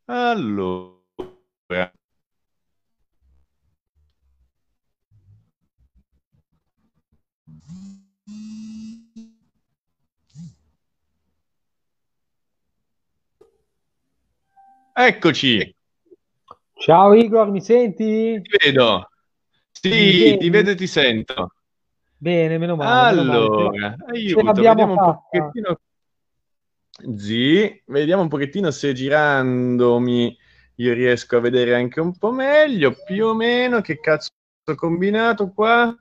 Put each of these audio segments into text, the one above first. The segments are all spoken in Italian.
Allora, eccoci, Ciao Igor, mi senti? ti vedo. Mi Sì, ti vedi? vedo e ti sento. Bene, meno male, Allora, ce aiuto, l'abbiamo vediamo un fatta. pochettino. Sì, vediamo un pochettino se girandomi io riesco a vedere anche un po' meglio, più o meno, che cazzo ho combinato qua.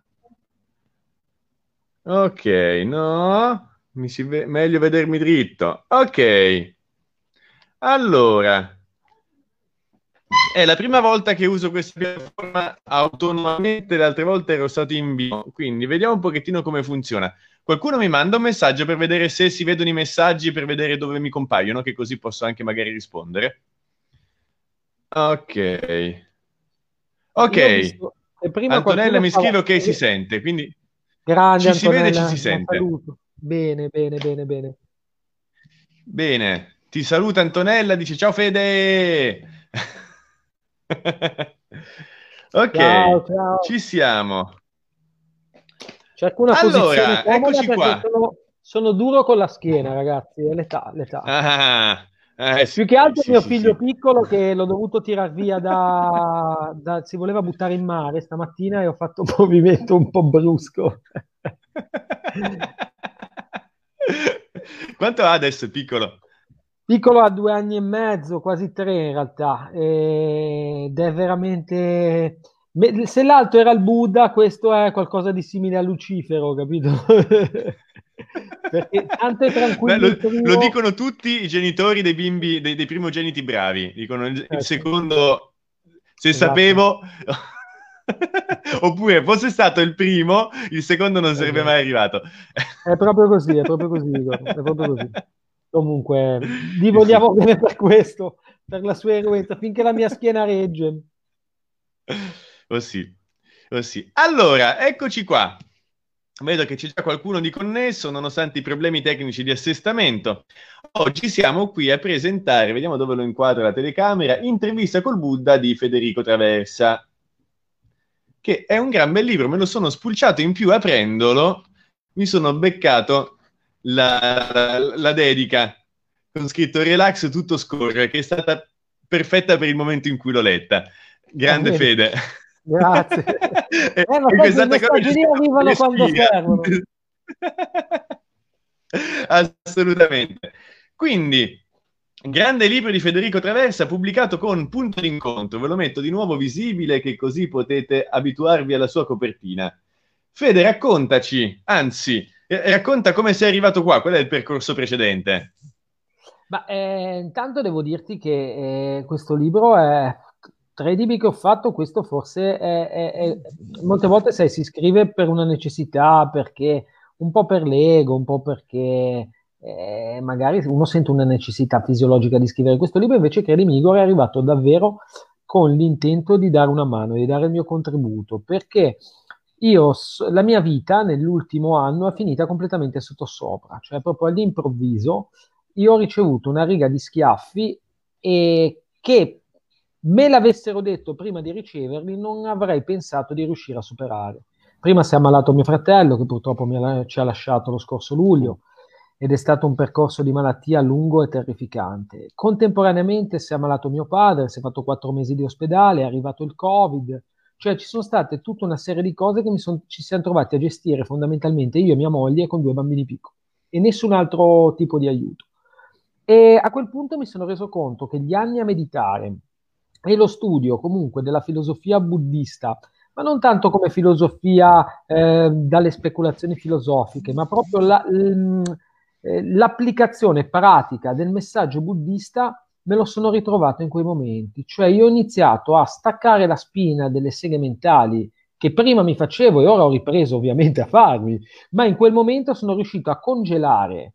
Ok, no, meglio vedermi dritto. Ok, allora, è la prima volta che uso questa piattaforma autonomamente, le altre volte ero stato in vivo, quindi vediamo un pochettino come funziona. Qualcuno mi manda un messaggio per vedere se si vedono i messaggi, per vedere dove mi compaiono, che così posso anche magari rispondere. Ok, Io ho ok. visto che prima Antonella qualcuno mi stava... scrive che si sente, quindi Grande ci si vede e ci Antonella, si la sente. saluto. Bene, bene, bene, bene. Bene, ti saluta Antonella, dice ciao Fede. Ciao, Ok, ciao. ci siamo. Cerco una posizione Allora, comoda eccoci perché qua. sono duro con la schiena, ragazzi, è l'età, l'età. Ah, sì, Più che altro sì, mio sì, figlio sì. piccolo che l'ho dovuto tirar via si voleva buttare in mare stamattina e ho fatto un movimento un po' brusco. Quanto ha adesso, il piccolo? Piccolo ha 2 anni e mezzo, quasi 3 in realtà, ed è veramente... Se l'altro era il Buddha, questo è qualcosa di simile a Lucifero, capito? Perché tanto è Beh, tranquillo il lo primo... dicono tutti i genitori dei bimbi, dei primogeniti bravi. Dicono il Sì, secondo, se esatto, sapevo, oppure fosse stato il primo, il secondo non sarebbe esatto. mai arrivato. È proprio così, Igor, è proprio così. Comunque, gli Sì, sì. vogliamo bene per questo, per la sua eruenza, finché la mia schiena regge. Oh sì, oh sì. Allora, eccoci qua. Vedo che c'è già qualcuno di connesso, nonostante i problemi tecnici di assestamento. Oggi siamo qui a presentare, vediamo dove lo inquadro la telecamera, Intervista col Buddha di Federico Traversa, che è un gran bel libro, me lo sono spulciato in più aprendolo, mi sono beccato la dedica con scritto Relax, tutto scorre, che è stata perfetta per il momento in cui l'ho letta. Grande Vedi? Fede. Grazie. Ma E sai, quei quest'altra cosa mi messaggi ha lì scritto arrivano quando Respira. servono. Assolutamente. Quindi, grande libro di Federico Traversa, pubblicato con Punto d'incontro. Ve lo metto di nuovo visibile, che così potete abituarvi alla sua copertina. Fede, raccontaci, anzi, racconta come sei arrivato qua. Qual è il percorso precedente? Ma intanto devo dirti che questo libro è, credimi che ho fatto questo forse molte volte sai, si scrive per una necessità, perché un po' per l'ego, un po' perché magari uno sente una necessità fisiologica di scrivere questo libro, invece credimi Igor è arrivato davvero con l'intento di dare una mano, di dare il mio contributo, perché la mia vita nell'ultimo anno è finita completamente sottosopra, cioè proprio all'improvviso io ho ricevuto una riga di schiaffi e che me l'avessero detto prima di riceverli non avrei pensato di riuscire a superare. Prima si è ammalato mio fratello che purtroppo ci ha lasciato lo scorso luglio ed è stato un percorso di malattia lungo e terrificante. Contemporaneamente si è ammalato mio padre, si è fatto 4 mesi di ospedale, è arrivato il Covid, cioè ci sono state tutta una serie di cose che ci siamo trovati a gestire fondamentalmente io e mia moglie con 2 bambini piccoli e nessun altro tipo di aiuto. E a quel punto mi sono reso conto che gli anni a meditare e lo studio comunque della filosofia buddista, ma non tanto come filosofia dalle speculazioni filosofiche, ma proprio l'applicazione pratica del messaggio buddista me lo sono ritrovato in quei momenti. Cioè io ho iniziato a staccare la spina delle seghe mentali che prima mi facevo e ora ho ripreso ovviamente a farmi, ma in quel momento sono riuscito a congelare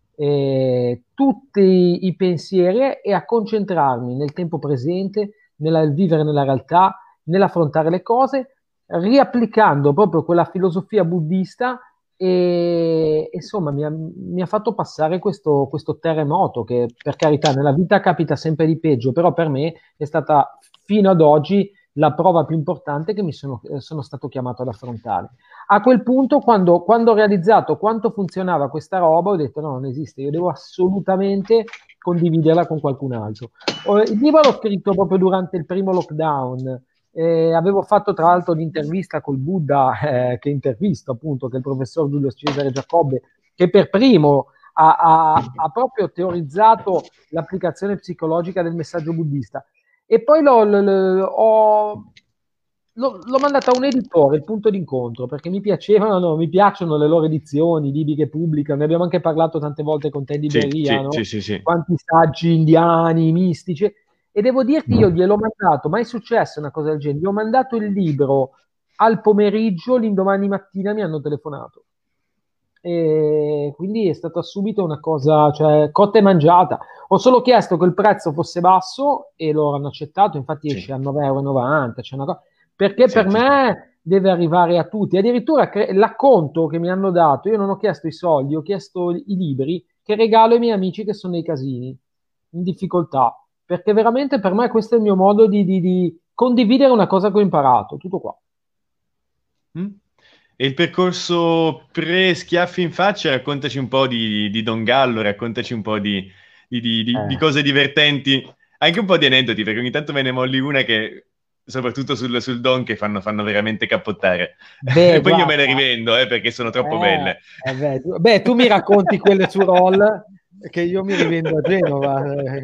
tutti i pensieri e a concentrarmi nel tempo presente, nel vivere nella realtà, nell'affrontare le cose, riapplicando proprio quella filosofia buddista e insomma mi ha fatto passare questo terremoto che, per carità, nella vita capita sempre di peggio, però per me è stata fino ad oggi la prova più importante che sono stato chiamato ad affrontare. A quel punto, quando ho realizzato quanto funzionava questa roba, ho detto no, non esiste, io devo assolutamente condividerla con qualcun altro. Il libro l'ho scritto proprio durante il primo lockdown. Avevo fatto tra l'altro l'intervista col Buddha, che intervisto appunto, che è il professor Giulio Cesare Giacobbe, che per primo ha proprio teorizzato l'applicazione psicologica del messaggio buddista. E poi l'ho mandato a un editore, il punto d'incontro, perché mi piacciono le loro edizioni, i libri che pubblicano, ne abbiamo anche parlato tante volte con te in Sì, libreria, sì, no? sì, sì, sì. Quanti saggi indiani, mistici. E devo dirti, io gliel'ho mandato, mai successo una cosa del genere, gli ho mandato il libro al pomeriggio, l'indomani mattina mi hanno telefonato. E quindi è stata subito una cosa, cioè, cotta e mangiata. Ho solo chiesto che il prezzo fosse basso e loro hanno accettato, infatti esce Sì, a 9,90 €, c'è una perché per sì, sì, sì. me deve arrivare a tutti. Addirittura l'acconto che mi hanno dato, io non ho chiesto i soldi, ho chiesto i libri che regalo ai miei amici che sono nei casini, in difficoltà, perché veramente per me questo è il mio modo di condividere una cosa che ho imparato, tutto qua. Mm? E il percorso pre-schiaffi in faccia, raccontaci un po' di Don Gallo, raccontaci un po' di Eh, cose divertenti, anche un po' di aneddoti, perché ogni tanto me ne molli una che, soprattutto sul Don, che fanno veramente cappottare. beh, E poi io me le guarda. rivendo, perché sono troppo belle. Beh, tu mi racconti quelle su Roll che io mi rivendo a Genova.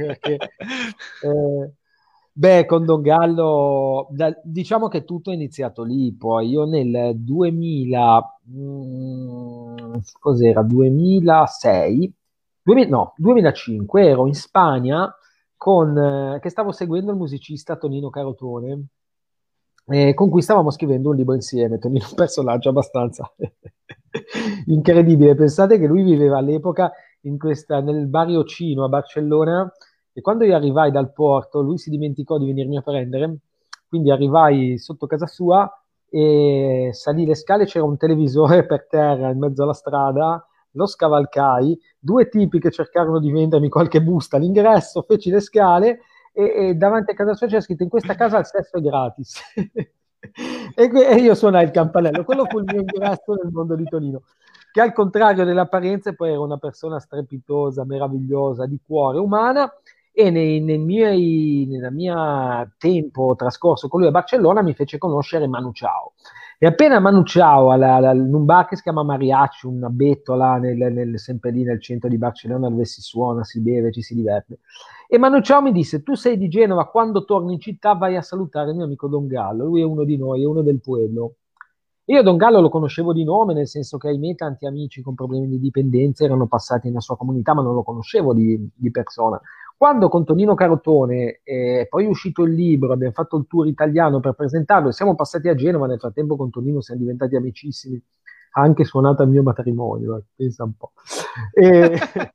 Eh, beh, con Don Gallo, diciamo che tutto è iniziato lì. Poi io nel 2000, cos'era? 2006, 2005 ero in Spagna che stavo seguendo il musicista Tonino Carotone, con cui stavamo scrivendo un libro insieme. Tonino è un personaggio abbastanza incredibile. Pensate che lui viveva all'epoca nel Barrio Cino a Barcellona, e quando io arrivai dal porto, lui si dimenticò di venirmi a prendere, quindi arrivai sotto casa sua e salì le scale, c'era un televisore per terra in mezzo alla strada, lo scavalcai, due tipi che cercarono di vendermi qualche busta all'ingresso, feci le scale e davanti a casa sua c'era scritto: in questa casa il sesso è gratis. E io suonai il campanello. Quello fu il mio ingresso nel mondo di Tonino, che al contrario delle apparenze poi era una persona strepitosa, meravigliosa, di cuore, umana. E nella mia tempo trascorso con lui a Barcellona mi fece conoscere Manu Chao. E appena Manu Chao, in un bar che si chiama Mariachi, una bettola sempre lì nel centro di Barcellona, dove si suona, si beve, ci si diverte. E Manu Chao mi disse: tu sei di Genova, quando torni in città vai a salutare il mio amico Don Gallo, lui è uno di noi, è uno del pueblo. Io Don Gallo lo conoscevo di nome, nel senso che ahimè tanti amici con problemi di dipendenza erano passati nella sua comunità, ma non lo conoscevo di persona. Quando con Tonino Carotone, poi è uscito il libro, abbiamo fatto il tour italiano per presentarlo e siamo passati a Genova, nel frattempo con Tonino siamo diventati amicissimi, ha anche suonato al mio matrimonio, pensa un po'. E,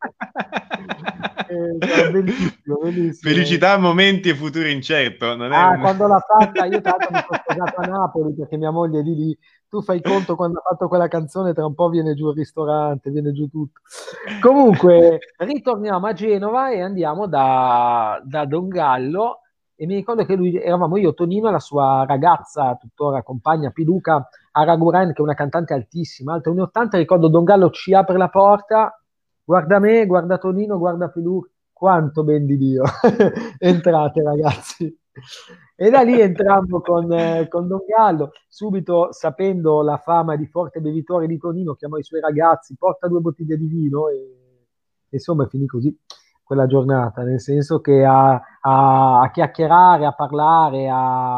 no, bellissimo, bellissimo. Felicità, momenti e futuro incerto, non è Ah, un... quando l'ha fatta, io tra l'altro mi sono sposato a Napoli perché mia moglie è di lì. Tu fai conto quando ha fatto quella canzone, tra un po' viene giù il ristorante, viene giù tutto. Comunque, ritorniamo a Genova e andiamo da Don Gallo. E mi ricordo che eravamo io, Tonino e la sua ragazza, tuttora compagna, Piluca Araguren, che è una cantante altissima, alta 1,80. Ricordo Don Gallo ci apre la porta, guarda me, guarda Tonino, guarda Piluca, quanto ben di Dio. Entrate ragazzi. E da lì entrammo con Don Gallo, subito sapendo la fama di forte bevitore di Tonino, chiamò i suoi ragazzi, porta 2 bottiglie di vino e insomma finì così quella giornata, nel senso che a chiacchierare, a parlare,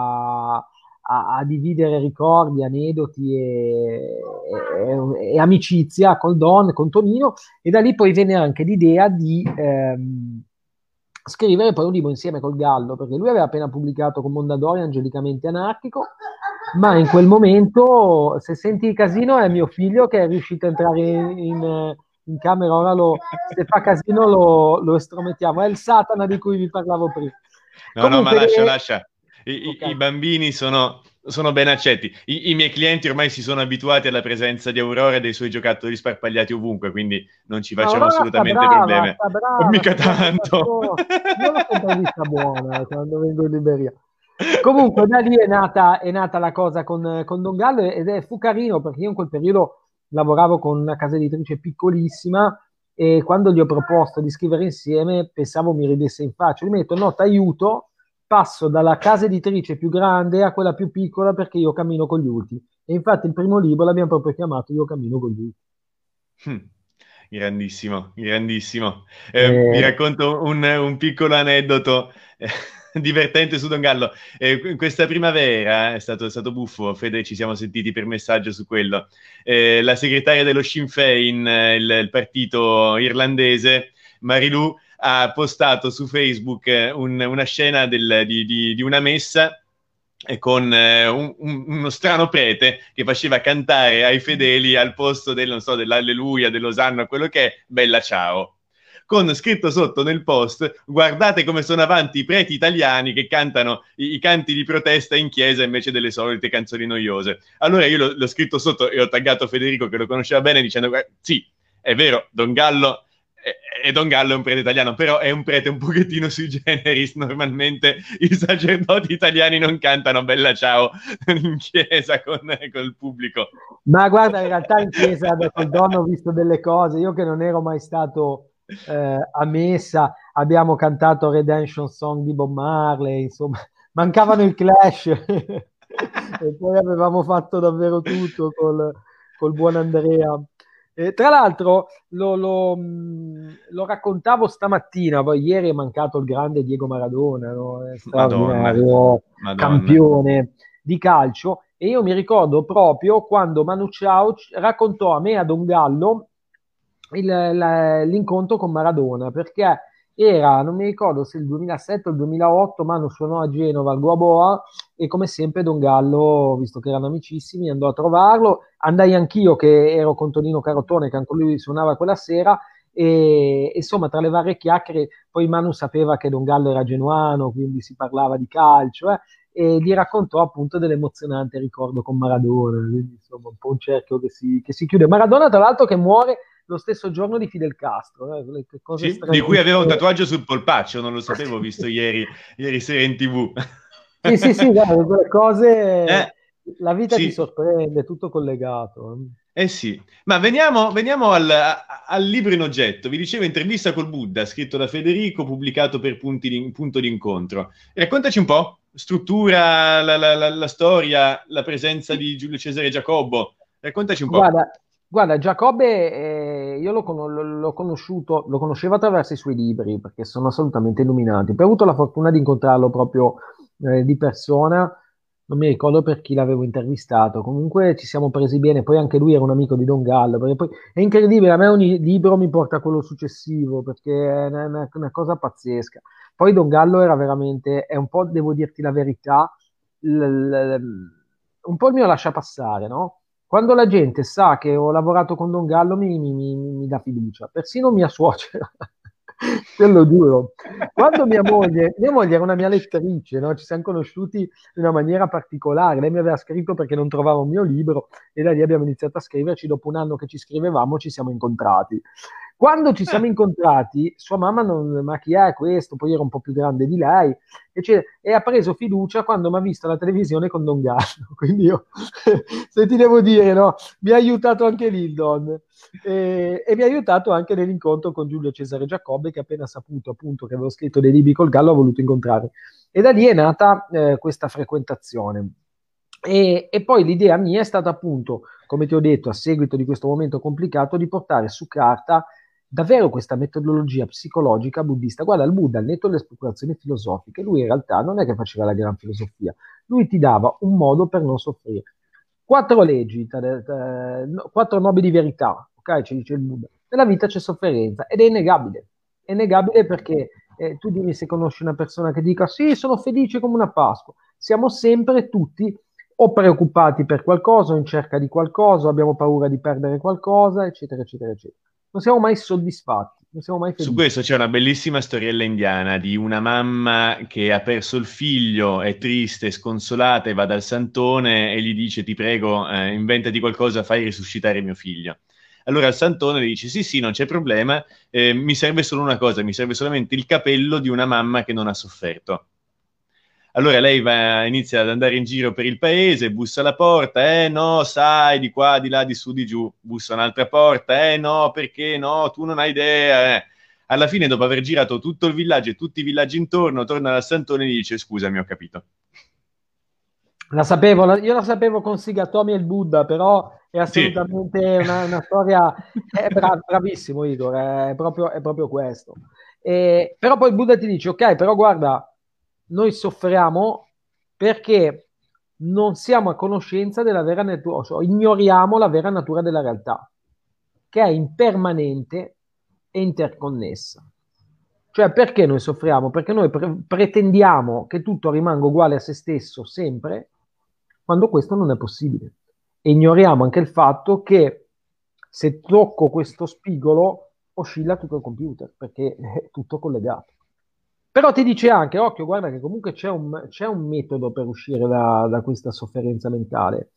a dividere ricordi, aneddoti e amicizia con Tonino, e da lì poi venne anche l'idea di scrivere poi un libro insieme col Gallo, perché lui aveva appena pubblicato con Mondadori Angelicamente Anarchico, ma in quel momento, se senti il casino, è mio figlio che è riuscito a entrare in camera, ora se fa casino lo estromettiamo, è il Satana di cui vi parlavo prima. No, no, ma Comunque, lascia, lascia. I ok. bambini sono sono ben accetti. I miei clienti ormai si sono abituati alla presenza di Aurora e dei suoi giocattoli sparpagliati ovunque, quindi non ci Ma facciamo Aurora assolutamente problemi. sta brava, Mica sta dando tanto. fastidio. Io l'ho sempre vista buona quando vengo in Liberia. Comunque da lì è nata la cosa con Don Gallo fu carino perché io in quel periodo lavoravo con una casa editrice piccolissima e quando gli ho proposto di scrivere insieme pensavo mi ridesse in faccia. Gli ho detto no, ti aiuto, passo dalla casa editrice più grande a quella più piccola perché io cammino con gli ultimi. E infatti il primo libro l'abbiamo proprio chiamato Io cammino con gli ultimi. Mm, grandissimo, grandissimo. Vi Eh, racconto un piccolo aneddoto divertente su Don Gallo. In questa primavera è stato buffo, Fede, ci siamo sentiti per messaggio su quello. La segretaria dello Sinn Féin, il partito irlandese, Marilu, ha postato su Facebook una scena di una messa con uno strano prete che faceva cantare ai fedeli al posto del, non so, dell'alleluia, dell'osanna, quello che è, bella ciao. Con scritto sotto nel post, guardate come sono avanti i preti italiani che cantano i canti di protesta in chiesa invece delle solite canzoni noiose. Allora io l'ho scritto sotto e ho taggato Federico che lo conosceva bene dicendo, sì, è vero, Don Gallo e Don Gallo è un prete italiano, però è un prete un pochettino sui generis. Normalmente i sacerdoti italiani non cantano Bella Ciao in chiesa con il pubblico. Ma guarda, in realtà in chiesa col Don ho visto delle cose. Io che non ero mai stato a messa, abbiamo cantato Redemption Song di Bob Marley, insomma, mancavano i Clash. E poi avevamo fatto davvero tutto col buon Andrea. Tra l'altro lo raccontavo stamattina, poi ieri è mancato il grande Diego Maradona, no? È Madonna, straordinario, Madonna. campione di calcio. E io mi ricordo proprio quando Manu Chao raccontò a me a Don Gallo l'incontro con Maradona, perché era, non mi ricordo se il 2007 o il 2008, Manu suonò a Genova al Goa e come sempre Don Gallo, visto che erano amicissimi, andò a trovarlo. Andai anch'io che ero con Tonino Carotone, che anche lui suonava quella sera, e insomma tra le varie chiacchiere, poi Manu sapeva che Don Gallo era genuano, quindi si parlava di calcio, e gli raccontò appunto dell'emozionante ricordo con Maradona, quindi insomma un po' un cerchio che si chiude. Maradona tra l'altro che muore lo stesso giorno di Fidel Castro, che cose Sì, di cui stranissime. aveva un tatuaggio sul polpaccio, non lo sapevo, visto ieri sera in TV. Sì, sì, sì, guarda, quelle Eh, cose, la vita ti sì, sorprende, è tutto collegato. eh sì, ma veniamo al libro in oggetto. Vi dicevo intervista col Buddha, scritto da Federico, pubblicato per punto di incontro. Raccontaci un po', struttura, la storia, la presenza di Giulio Cesare Giacobbo. Raccontaci un po'. Guarda, guarda, Giacobbe, io l'ho conosciuto, lo conoscevo attraverso i suoi libri, perché sono assolutamente illuminanti. Poi ho avuto la fortuna di incontrarlo proprio di persona, non mi ricordo per chi l'avevo intervistato, comunque ci siamo presi bene, poi anche lui era un amico di Don Gallo, perché poi è incredibile, a me ogni libro mi porta a quello successivo, perché è una cosa pazzesca. Poi Don Gallo era veramente, è un po', devo dirti la verità, un po' il mio lascia passare, no? Quando la gente sa che ho lavorato con Don Gallo mi dà fiducia, persino mia suocera, te lo giuro. Quando mia moglie era una mia lettrice, no? Ci siamo conosciuti in una maniera particolare, lei mi aveva scritto perché non trovava un mio libro e da lì abbiamo iniziato a scriverci, dopo un anno che ci scrivevamo ci siamo incontrati. Quando ci siamo incontrati, sua mamma non, ma chi è questo? Poi era un po' più grande di lei, e ha preso fiducia quando mi ha visto alla televisione con Don Gallo. Quindi io, se ti devo dire, no, mi ha aiutato anche lì il Don. E mi ha aiutato anche nell'incontro con Giulio Cesare Giacobbe, che appena saputo appunto che avevo scritto dei libri col Gallo ha voluto incontrare. E da lì è nata questa frequentazione. E poi l'idea mia è stata appunto, come ti ho detto, a seguito di questo momento complicato, di portare su carta davvero questa metodologia psicologica buddista. Guarda, il Buddha, al netto delle speculazioni filosofiche, lui in realtà non è che faceva la gran filosofia, lui ti dava un modo per non soffrire. Quattro leggi, quattro nobili verità, ok? Ci dice il Buddha. Nella vita c'è sofferenza ed è innegabile perché tu dimmi se conosci una persona che dica sì, sono felice come una Pasqua. Siamo sempre tutti o preoccupati per qualcosa, o in cerca di qualcosa, o abbiamo paura di perdere qualcosa, eccetera, eccetera, eccetera. Non siamo mai soddisfatti. non siamo mai Su felici. questo c'è una bellissima storiella indiana di una mamma che ha perso il figlio, è triste, è sconsolata e va dal santone e gli dice: Ti prego, inventati qualcosa, fai risuscitare mio figlio. Allora il santone le dice: Sì, sì, non c'è problema, mi serve solo una cosa, mi serve solamente il capello di una mamma che non ha sofferto. Allora lei inizia ad andare in giro per il paese, bussa alla porta, no, sai, di qua, di là, di su, di giù, bussa un'altra porta, no, perché no, tu non hai idea. Alla fine, dopo aver girato tutto il villaggio e tutti i villaggi intorno, torna dal santone e gli dice: Scusami, ho capito. La sapevo, io la sapevo con Sigatomi e il Buddha, però è Sì. assolutamente una storia, bravissimo Igor, è proprio questo. Però poi il Buddha ti dice, ok, però guarda, noi soffriamo perché non siamo a conoscenza della vera natura, cioè ignoriamo la vera natura della realtà, che è impermanente e interconnessa. Cioè, perché noi soffriamo? Perché noi pretendiamo che tutto rimanga uguale a se stesso sempre, quando questo non è possibile. E ignoriamo anche il fatto che se tocco questo spigolo oscilla tutto il computer, perché è tutto collegato. Però ti dice anche, occhio, guarda che comunque c'è un metodo per uscire da questa sofferenza mentale,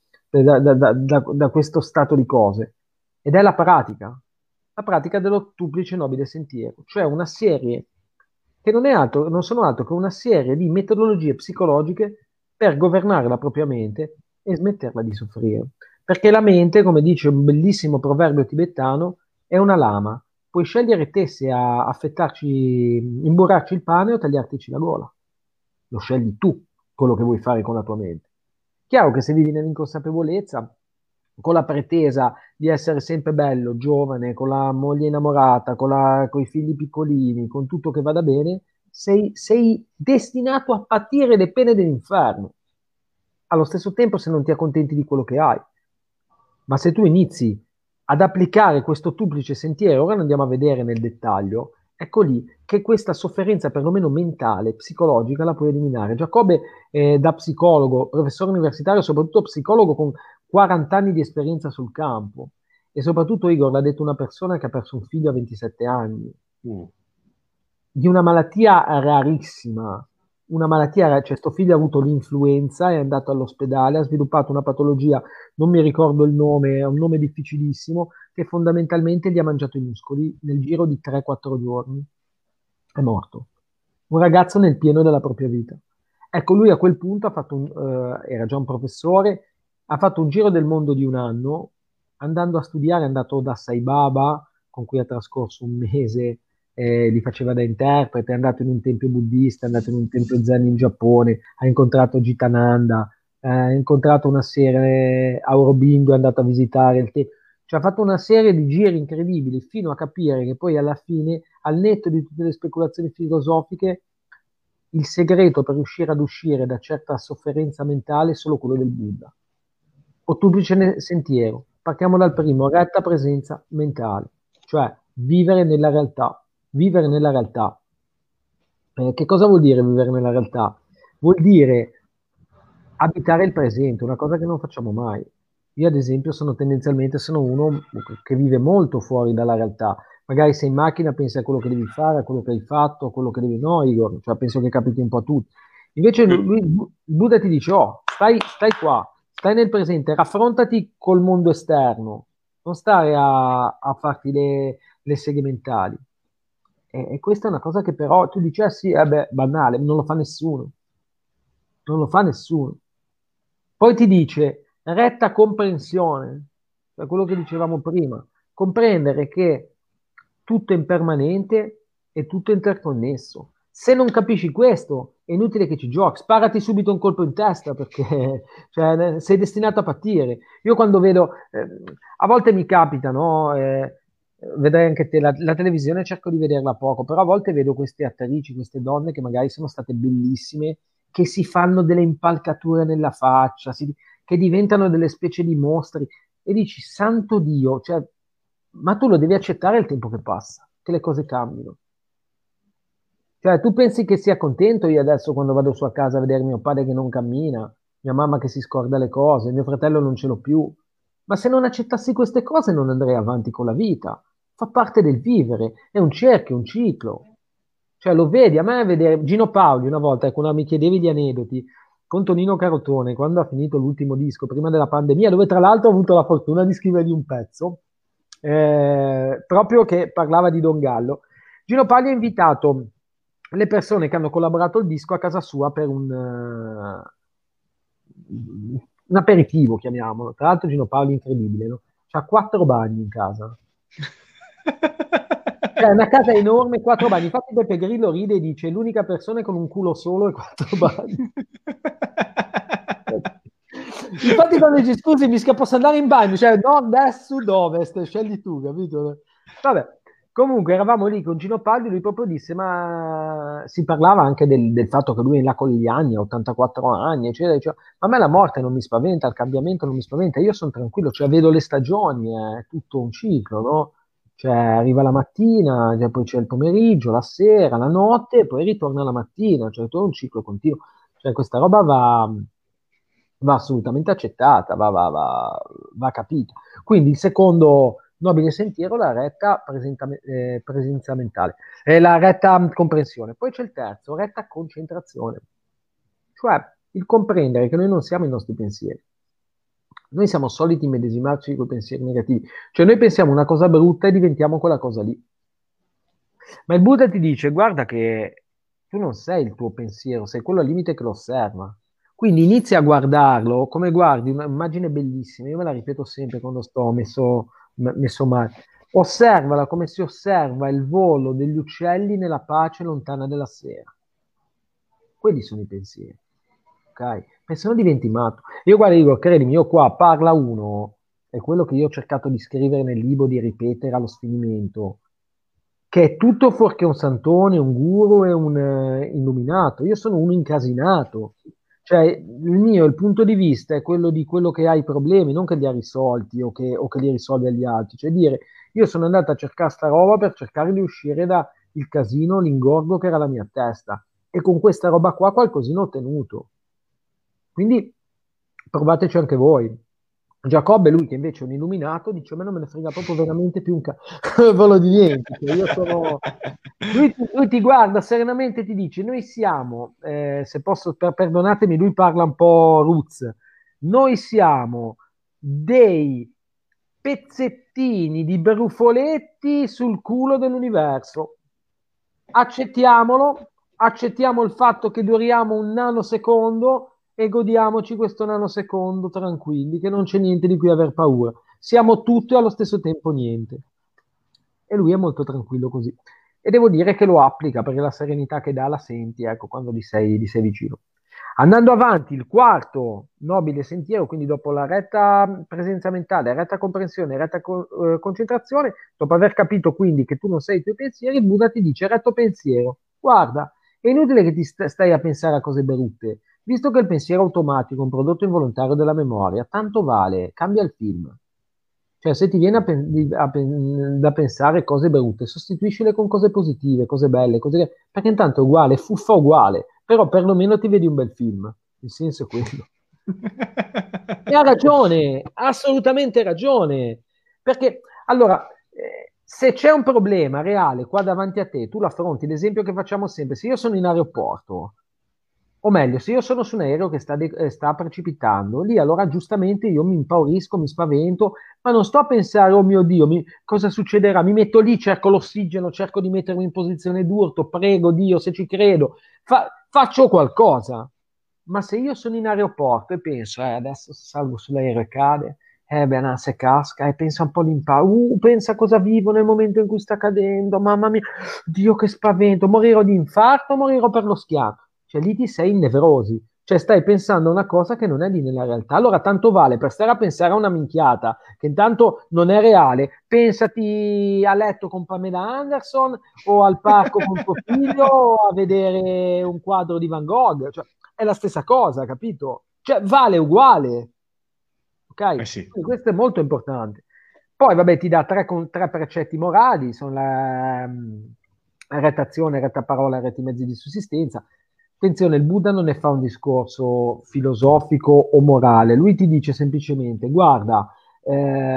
da questo stato di cose, ed è la pratica dell'ottuplice nobile sentiero, cioè una serie che non è altro, non sono altro che una serie di metodologie psicologiche per governare la propria mente e smetterla di soffrire. Perché la mente, come dice un bellissimo proverbio tibetano, è una lama. Puoi scegliere te se affettarci, imburrarci il pane o tagliartici la gola. Lo scegli tu quello che vuoi fare con la tua mente. Chiaro che se vivi nell'inconsapevolezza, con la pretesa di essere sempre bello, giovane, con la moglie innamorata, con i figli piccolini, con tutto che vada bene, sei destinato a patire le pene dell'inferno. Allo stesso tempo, se non ti accontenti di quello che hai. Ma se tu inizi ad applicare questo duplice sentiero, ora andiamo a vedere nel dettaglio, ecco lì che questa sofferenza, perlomeno mentale, psicologica, la puoi eliminare. Giacobbe, da psicologo, professore universitario, soprattutto psicologo con 40 anni di esperienza sul campo, e soprattutto Igor l'ha detto una persona che ha perso un figlio a 27 anni, di una malattia rarissima, una malattia, cioè sto figlio ha avuto l'influenza, è andato all'ospedale, ha sviluppato una patologia, non mi ricordo il nome, è un nome difficilissimo, che fondamentalmente gli ha mangiato i muscoli nel giro di 3-4 giorni. È morto. Un ragazzo nel pieno della propria vita. Ecco, lui a quel punto era già un professore, ha fatto un giro del mondo di un anno, andando a studiare, è andato da Sai Baba, con cui ha trascorso un mese, li faceva da interprete, è andato in un tempio buddista, è andato in un tempio zen in Giappone, ha incontrato Jitananda, ha incontrato una serie, Aurobindo, è andato a visitare il tempio, cioè ha fatto una serie di giri incredibili fino a capire che poi alla fine, al netto di tutte le speculazioni filosofiche, il segreto per riuscire ad uscire da certa sofferenza mentale è solo quello del Buddha. Ottuplice sentiero. Partiamo dal primo, retta presenza mentale, cioè vivere nella realtà. Vivere nella realtà. Che cosa vuol dire vivere nella realtà? Vuol dire abitare il presente, una cosa che non facciamo mai. Io, ad esempio, sono uno che vive molto fuori dalla realtà. Magari sei in macchina, pensi a quello che devi fare, a quello che hai fatto, a quello che devi. No, Igor, cioè, penso che capiti un po' a tutti. Invece il Buddha ti dice: Oh, stai qua, stai nel presente, raffrontati col mondo esterno, non stare a farti le seghe mentali. E questa è una cosa che però tu dici: sì, vabbè, banale, non lo fa nessuno. Non lo fa nessuno. Poi ti dice retta comprensione, cioè quello che dicevamo prima, comprendere che tutto è impermanente e tutto è interconnesso. Se non capisci questo, è inutile che ci giochi, sparati subito un colpo in testa perché cioè, sei destinato a patire. Io quando vedo, a volte mi capita, no? Vedrai anche te la televisione, cerco di vederla poco, però a volte vedo queste attrici, queste donne che magari sono state bellissime, che si fanno delle impalcature nella faccia, che diventano delle specie di mostri, e dici, santo Dio, cioè, ma tu lo devi accettare il tempo che passa, che le cose cambiano. Cioè, tu pensi che sia contento io adesso quando vado su a casa a vedere mio padre che non cammina, mia mamma che si scorda le cose, mio fratello non ce l'ho più. Ma se non accettassi queste cose non andrei avanti con la vita. fa parte del vivere, è un cerchio, un ciclo. Cioè lo vedi, a me vedere Gino Paoli una volta, quando mi chiedevi di aneddoti, con Tonino Carotone, quando ha finito l'ultimo disco, prima della pandemia, dove tra l'altro ho avuto la fortuna di scrivergli un pezzo, proprio che parlava di Don Gallo. Gino Paoli ha invitato le persone che hanno collaborato al disco a casa sua per un aperitivo, chiamiamolo. Tra l'altro Gino Paoli è incredibile, no? C'ha 4 bagni in casa. Cioè, è una casa enorme, 4 bagni. Infatti Beppe Grillo ride e dice l'unica persona con un culo solo e 4 bagni. Infatti quando dici scusi mischia posso andare in bagno, cioè nord, est, sud, ovest, scegli tu, capito? Vabbè, comunque eravamo lì con Gino Paldi, lui proprio disse, ma si parlava anche del fatto che lui è là con gli anni, ha 84 anni, eccetera, eccetera. Ma a me la morte non mi spaventa, il cambiamento non mi spaventa, io sono tranquillo, cioè vedo le stagioni, è tutto un ciclo, no? Cioè arriva la mattina, cioè, poi c'è il pomeriggio, la sera, la notte, e poi ritorna la mattina, cioè tutto un ciclo continuo. Cioè questa roba va assolutamente accettata, va capita. Quindi il secondo nobile sentiero, la retta presenza mentale, la retta comprensione. Poi c'è il terzo, retta concentrazione, cioè il comprendere che noi non siamo i nostri pensieri. Noi siamo soliti immedesimarci con i pensieri negativi, cioè noi pensiamo una cosa brutta e diventiamo quella cosa lì. Ma il Buddha ti dice, guarda che tu non sei il tuo pensiero, sei quello al limite che lo osserva. Quindi inizi a guardarlo come guardi un'immagine bellissima, io me la ripeto sempre quando sto messo male. Osservala come si osserva il volo degli uccelli nella pace lontana della sera. Quelli sono i pensieri, ok? Perché se no diventi matto. Io guarda, Igor, credimi, io qua parla uno, è quello che io ho cercato di scrivere nel libro, di ripetere allo sfinimento, che è tutto fuorché un santone, un guru e un illuminato. Io sono uno incasinato. Cioè, il punto di vista è quello di quello che ha i problemi, non che li ha risolti o che li risolve agli altri. Cioè, dire, io sono andato a cercare sta roba per cercare di uscire dal casino, l'ingorgo che era la mia testa. E con questa roba qua qualcosina ho ottenuto. Quindi provateci anche voi. Giacobbe, lui che invece è un illuminato, dice: a me non me ne frega proprio veramente più un cavolo di niente. Cioè, io sono... lui ti guarda serenamente e ti dice: noi siamo, se posso, perdonatemi, lui parla un po' roots, noi siamo dei pezzettini di brufoletti sul culo dell'universo. Accettiamolo, accettiamo il fatto che duriamo un nanosecondo e godiamoci questo nanosecondo tranquilli, che non c'è niente di cui aver paura. Siamo tutti allo stesso tempo niente. E lui è molto tranquillo così. E devo dire che lo applica perché la serenità che dà la senti, ecco, quando gli sei vicino. Andando avanti, il quarto nobile sentiero, quindi dopo la retta presenza mentale, retta comprensione, retta concentrazione, dopo aver capito quindi che tu non sei i tuoi pensieri, il Buddha ti dice retto pensiero. Guarda, è inutile che ti stai a pensare a cose brutte, visto che il pensiero automatico è un prodotto involontario della memoria, tanto vale, cambia il film. Cioè, se ti viene da pensare cose brutte, sostituiscile con cose positive, cose belle, perché intanto è uguale, è fuffa uguale, però perlomeno ti vedi un bel film. Il senso è quello. E ha ragione, ha assolutamente ragione. Perché, allora, se c'è un problema reale qua davanti a te, tu l'affronti. L'esempio che facciamo sempre, se io sono in aeroporto, o meglio, se io sono su un aereo che sta precipitando, lì allora giustamente io mi impaurisco, mi spavento, ma non sto a pensare, oh mio Dio, cosa succederà? Mi metto lì, cerco l'ossigeno, cerco di mettermi in posizione d'urto, prego Dio se ci credo, faccio qualcosa. Ma se io sono in aeroporto e penso, adesso salgo sull'aereo e cade, beh, se casca, e pensa un po' all'impatto, pensa cosa vivo nel momento in cui sta cadendo, mamma mia, Dio che spavento, morirò di infarto, morirò per lo schianto. Cioè lì ti sei in nevrosi, cioè stai pensando a una cosa che non è lì nella realtà. Allora tanto vale per stare a pensare a una minchiata che intanto non è reale, pensati a letto con Pamela Anderson o al parco con tuo figlio o a vedere un quadro di Van Gogh, cioè è la stessa cosa, capito? Cioè vale uguale, ok? Sì. Quindi questo è molto importante. Poi vabbè ti dà tre precetti morali, sono la retta azione, retta parola, retti mezzi di sussistenza. Attenzione, il Buddha non ne fa un discorso filosofico o morale, lui ti dice semplicemente, guarda,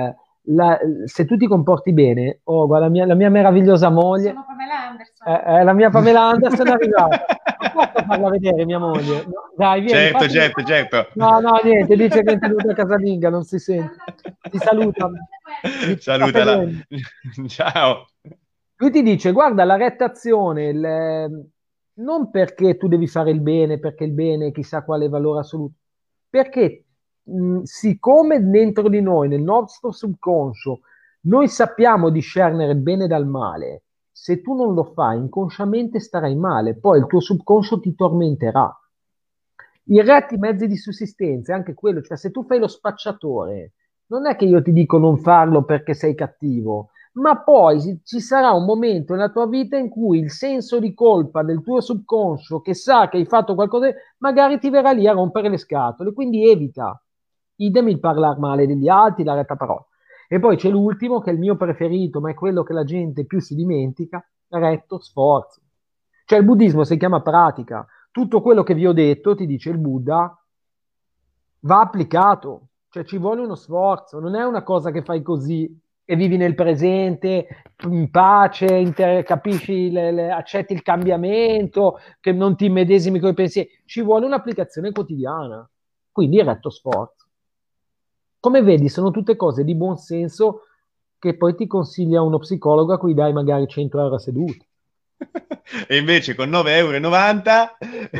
se tu ti comporti bene, oh, guarda, la mia meravigliosa moglie, Sono Pamela Anderson. la mia Pamela Anderson è arrivata. Non posso farla vedere mia moglie? No, dai, vieni, Certo, certo, certo. No, no, niente, dice che è tenuta casalinga, non si sente. Ti saluta. Salutala. Ciao. Lui ti dice, guarda, la retta azione, non perché tu devi fare il bene, perché il bene è chissà quale valore assoluto, perché siccome dentro di noi, nel nostro subconscio, noi sappiamo discernere il bene dal male, se tu non lo fai, inconsciamente starai male, poi il tuo subconscio ti tormenterà. I retti mezzi di sussistenza è anche quello, cioè se tu fai lo spacciatore, non è che io ti dico non farlo perché sei cattivo, ma poi ci sarà un momento nella tua vita in cui il senso di colpa del tuo subconscio che sa che hai fatto qualcosa, magari ti verrà lì a rompere le scatole, quindi evita. Idem il parlare male degli altri, la retta parola. E poi c'è l'ultimo che è il mio preferito, ma è quello che la gente più si dimentica, retto sforzo. Cioè il buddismo si chiama pratica. Tutto quello che vi ho detto, ti dice il Buddha, va applicato, cioè ci vuole uno sforzo, non è una cosa che fai così e vivi nel presente, in pace, capisci, accetti il cambiamento, che non ti immedesimi con i pensieri, ci vuole un'applicazione quotidiana, quindi retto sforzo. Come vedi, sono tutte cose di buon senso che poi ti consiglia uno psicologo a cui dai magari 100 euro a seduta. E invece con 9,90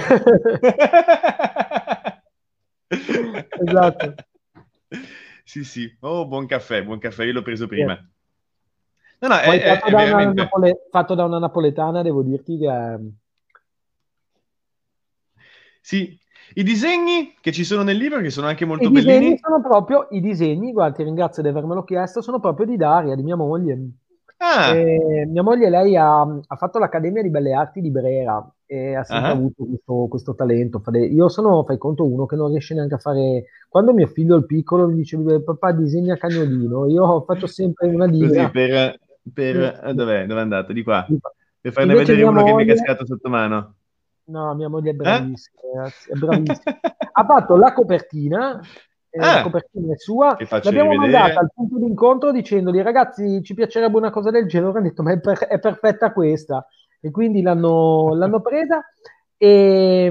euro. Esatto. Sì, sì. Oh, buon caffè, io l'ho preso prima. No, no, Poi è veramente... fatto da una napoletana, devo dirti che è... Sì, i disegni che ci sono nel libro, che sono anche molto I disegni bellini. sono proprio i disegni, guarda, ti ringrazio di avermelo chiesto, sono proprio di Daria, di mia moglie. Ah, Mia moglie, lei ha fatto l'Accademia di Belle Arti di Brera e ha sempre ah. avuto questo talento. Io sono, fai conto, uno che non riesce neanche a fare... Quando mio figlio il piccolo mi dice, papà disegna cagnolino, io faccio sempre una Così linea. Dov'è? Dove è andato? Di qua. Per farne Invece vedere mia uno che mi è moglie... cascato sotto mano. No, mia moglie è Eh? bravissima, ragazzi, è bravissima. Ha fatto la Ah, copertina è sua, che faccio l'abbiamo mandata rivedere. al punto di incontro dicendogli ragazzi ci piacerebbe una cosa del genere, hanno detto ma è perfetta questa e quindi l'hanno presa e,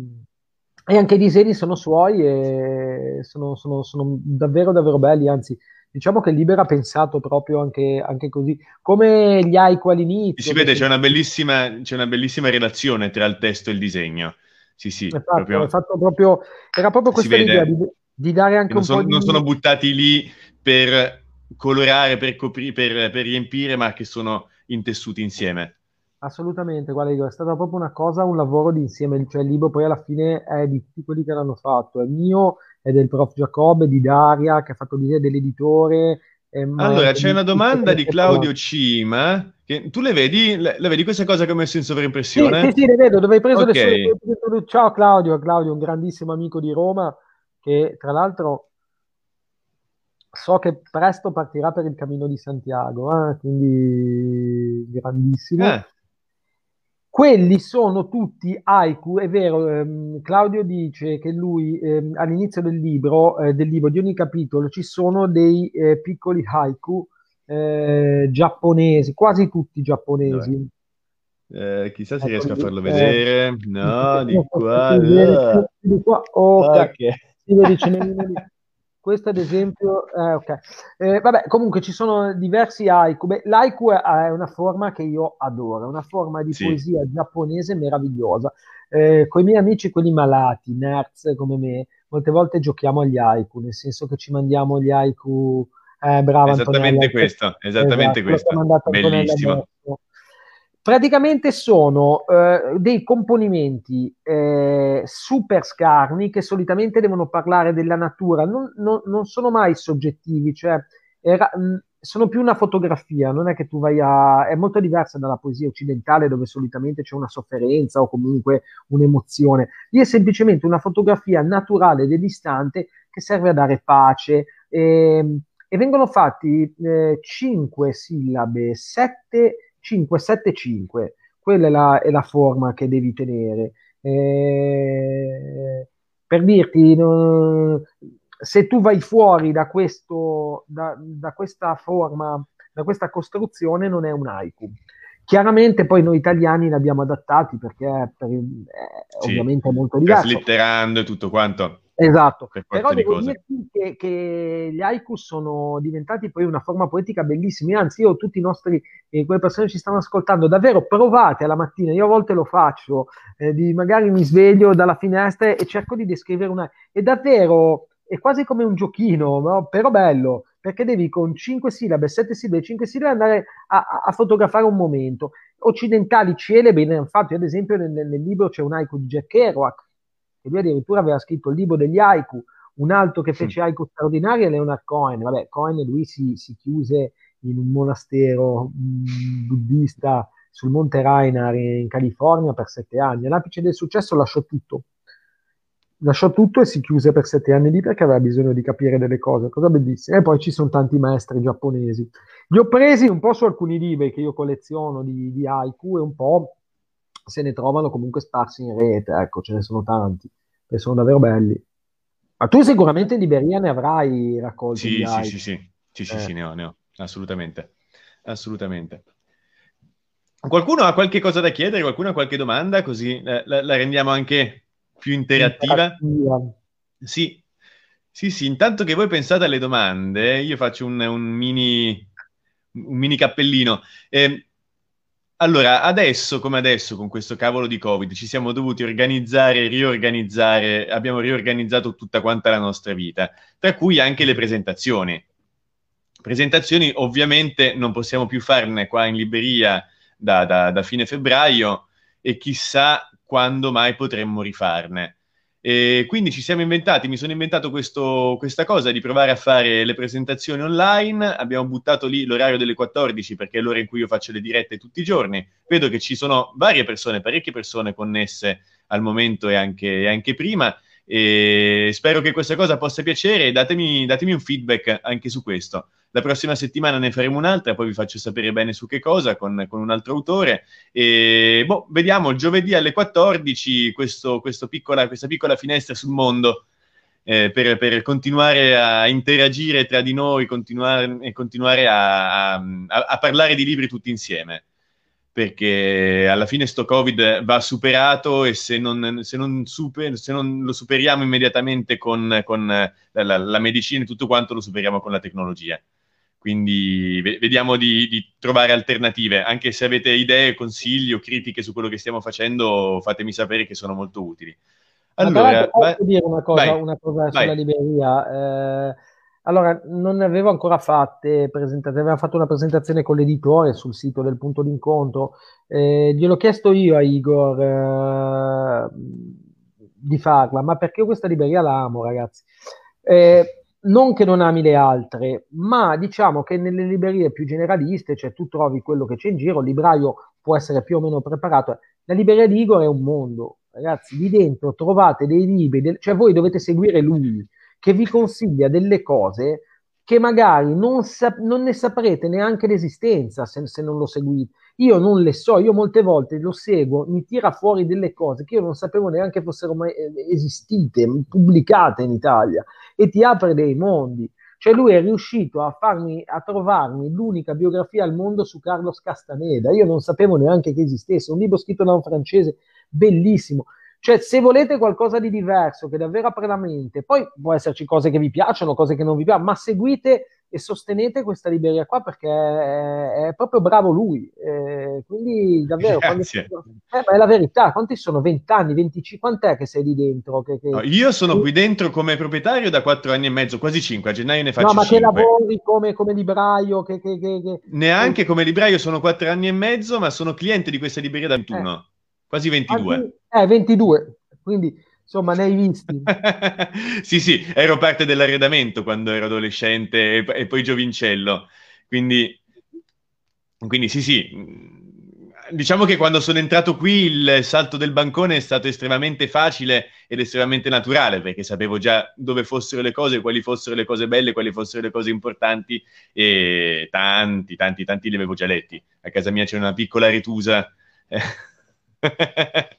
e anche i disegni sono suoi e sono davvero davvero belli, anzi diciamo che il libro ha pensato proprio anche così, come gli haiku Si all'inizio che vede, c'è una bellissima relazione tra il testo e il disegno. Sì, sì, è proprio fatto proprio, era proprio si questa l'idea vede di dare che anche un po' non sono di... buttati lì per colorare, per coprire, per riempire, ma che sono intessuti insieme. Assolutamente, guarda, Igor, è stata proprio una cosa, un lavoro di insieme, cioè il libro poi alla fine è di tutti quelli che l'hanno fatto, è mio, è del prof Giacobbe, di Daria, che ha fatto l'idea dell'editore, ma è Allora, anche c'è di una tutto domanda quello di che ho parlato. Claudio Cima. Che, tu le vedi? Le vedi queste cose che ho messo in Sì, sì, sovraimpressione? sì, le vedo, dove hai preso le sue... Ok. Ciao Claudio, Claudio, un grandissimo amico di Roma, che tra l'altro so che presto partirà per il Cammino di Santiago, quindi grandissimo. Ah, Quelli sono tutti haiku, è vero, Claudio dice che lui all'inizio del libro, di ogni capitolo, ci sono dei piccoli haiku giapponesi, quasi tutti dov'è? giapponesi. Chissà se riesco Eccoli a lì. farlo vedere. No, di qua. Di qua. Ok, Ok. si vede, ce n'è uno lì. Questo ad esempio, ok. Vabbè, comunque ci sono diversi haiku. Beh, l'haiku è una forma che io adoro, è una forma di Sì. poesia giapponese meravigliosa. Con i miei amici, quelli malati, nerds come me, molte volte giochiamo agli haiku, nel senso che ci mandiamo gli haiku, brava Antonella, Esattamente esatto, quello che ha questo. mandato Antonella Bellissimo. adesso. Praticamente sono dei componimenti super scarni che solitamente devono parlare della natura, non sono mai soggettivi, cioè sono più una fotografia, non è che tu vai a... è molto diversa dalla poesia occidentale dove solitamente c'è una sofferenza o comunque un'emozione. Lì è semplicemente una fotografia naturale dell'istante che serve a dare pace. E vengono fatti 5 sillabe, 7, 5, 7, 5. Quella è la forma che devi tenere. Per dirti, se tu vai fuori da questa forma, da questa costruzione, non è un haiku. Chiaramente poi noi italiani l'abbiamo adattati perché Sì, ovviamente è molto diverso. traslitterando e tutto quanto, Esatto, per però forza di devo cose. dirti che gli haiku sono diventati poi una forma poetica bellissima. Anzi, io tutti i nostri, quelle persone che ci stanno ascoltando, davvero provate alla mattina, io a volte lo faccio, magari mi sveglio dalla finestra e cerco di descrivere una. È davvero, è quasi come un giochino, no? Però bello, perché devi con 5 sillabe, 7 sillabe, 5 sillabe andare a fotografare un momento. Occidentali celebri ne hanno fatto, ad esempio nel libro c'è un haiku di Jack Kerouac, e lui addirittura aveva scritto il libro degli haiku. Un altro che fece haiku straordinario è Leonard Cohen. Vabbè, Cohen lui si chiuse in un monastero buddista sul Monte Rainar in California per 7 anni. All'apice del successo lasciò tutto e si chiuse per 7 anni lì perché aveva bisogno di capire delle cose, cosa bellissima. E poi ci sono tanti maestri giapponesi. Li ho presi un po' su alcuni libri che io colleziono di haiku e un po' se ne trovano comunque sparsi in rete, ecco, ce ne sono tanti, che sono davvero belli. Ma tu sicuramente in Liberia ne avrai raccolte di Sì, sì, haiku. sì, sì, sì, sì, Eh. sì, ne ho, assolutamente, assolutamente. Qualcuno ha qualche cosa da chiedere? Qualcuno ha qualche domanda? Così la rendiamo anche più interattiva. Interattiva. Sì, sì, sì, intanto che voi pensate alle domande, io faccio un mini cappellino. Allora, adesso come adesso, con questo cavolo di Covid, ci siamo dovuti organizzare, riorganizzare, abbiamo riorganizzato tutta quanta la nostra vita, tra cui anche le presentazioni. Presentazioni ovviamente non possiamo più farne qua in libreria da fine febbraio e chissà quando mai potremmo rifarne. E quindi ci siamo inventati, mi sono inventato questa cosa di provare a fare le presentazioni online. Abbiamo buttato lì l'orario delle 14 perché è l'ora in cui io faccio le dirette tutti i giorni. Vedo che ci sono varie persone, parecchie persone connesse al momento e anche prima. E spero che questa cosa possa piacere e datemi un feedback anche su questo. La prossima settimana ne faremo un'altra, poi vi faccio sapere bene su che cosa con un altro autore. E boh, vediamo il giovedì alle 14 questa piccola finestra sul mondo per continuare a interagire tra di noi, continuare a parlare di libri tutti insieme. Perché alla fine sto Covid va superato e se non lo superiamo immediatamente con la medicina e tutto quanto, lo superiamo con la tecnologia. Quindi vediamo di trovare alternative. Anche se avete idee, consigli o critiche su quello che stiamo facendo, fatemi sapere che sono molto utili. Ma tra l'altro Allora, posso dire vai, una cosa sulla vai. libreria. Allora, non ne avevo ancora fatte presentate, avevamo fatto una presentazione con l'editore sul sito del punto d'incontro. Gliel'ho chiesto io a Igor di farla, ma perché io questa libreria la amo, ragazzi. Non che non ami le altre, ma diciamo che nelle librerie più generaliste, cioè tu trovi quello che c'è in giro, il libraio può essere più o meno preparato. La libreria di Igor è un mondo, ragazzi, lì dentro trovate dei libri, cioè voi dovete seguire lui, che vi consiglia delle cose che magari non ne saprete neanche l'esistenza se non lo seguite. Io non le so, io molte volte lo seguo, mi tira fuori delle cose che io non sapevo neanche fossero mai esistite, pubblicate in Italia, e ti apre dei mondi. Cioè lui è riuscito a trovarmi l'unica biografia al mondo su Carlos Castaneda. Io non sapevo neanche che esistesse, un libro scritto da un francese bellissimo. Cioè, se volete qualcosa di diverso, che davvero apre la mente, poi può esserci cose che vi piacciono, cose che non vi piacciono, ma seguite e sostenete questa libreria qua perché è proprio bravo lui. Quindi, davvero, Grazie. ma è la verità. Quanti sono? 20 anni, 25? Quant'è che sei lì dentro? No, io sono qui dentro come proprietario da 4 anni e mezzo, quasi 5. A gennaio ne No, faccio ma che 5. lavori come libraio, Neanche come libraio sono 4 anni e mezzo, ma sono cliente di questa libreria da eh, 21, quasi 22. 22, quindi insomma ne hai visti. Sì, sì, ero parte dell'arredamento quando ero adolescente e poi giovincello. Quindi, quindi sì, sì. Diciamo che quando sono entrato qui il salto del bancone è stato estremamente facile ed estremamente naturale, perché sapevo già dove fossero le cose, quali fossero le cose belle, quali fossero le cose importanti e tanti li avevo già letti. A casa mia c'è una piccola retusa.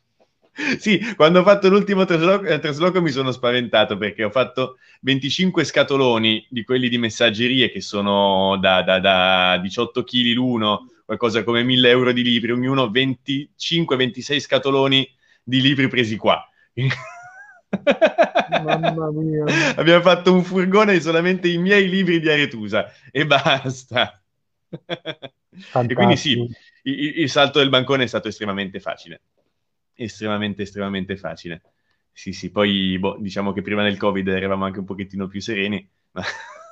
Sì, quando ho fatto l'ultimo trasloco mi sono spaventato perché ho fatto 25 scatoloni di quelli di messaggerie che sono da 18 kg l'uno, qualcosa come 1000 euro di libri, ognuno 25-26 scatoloni di libri presi qua. Mamma mia, Abbiamo fatto un furgone di solamente i miei libri di Aretusa e basta. E quindi sì, fantastico. il salto del bancone è stato estremamente facile. Estremamente, estremamente facile. Sì, sì, poi boh, diciamo che prima del Covid eravamo anche un pochettino più sereni, ma...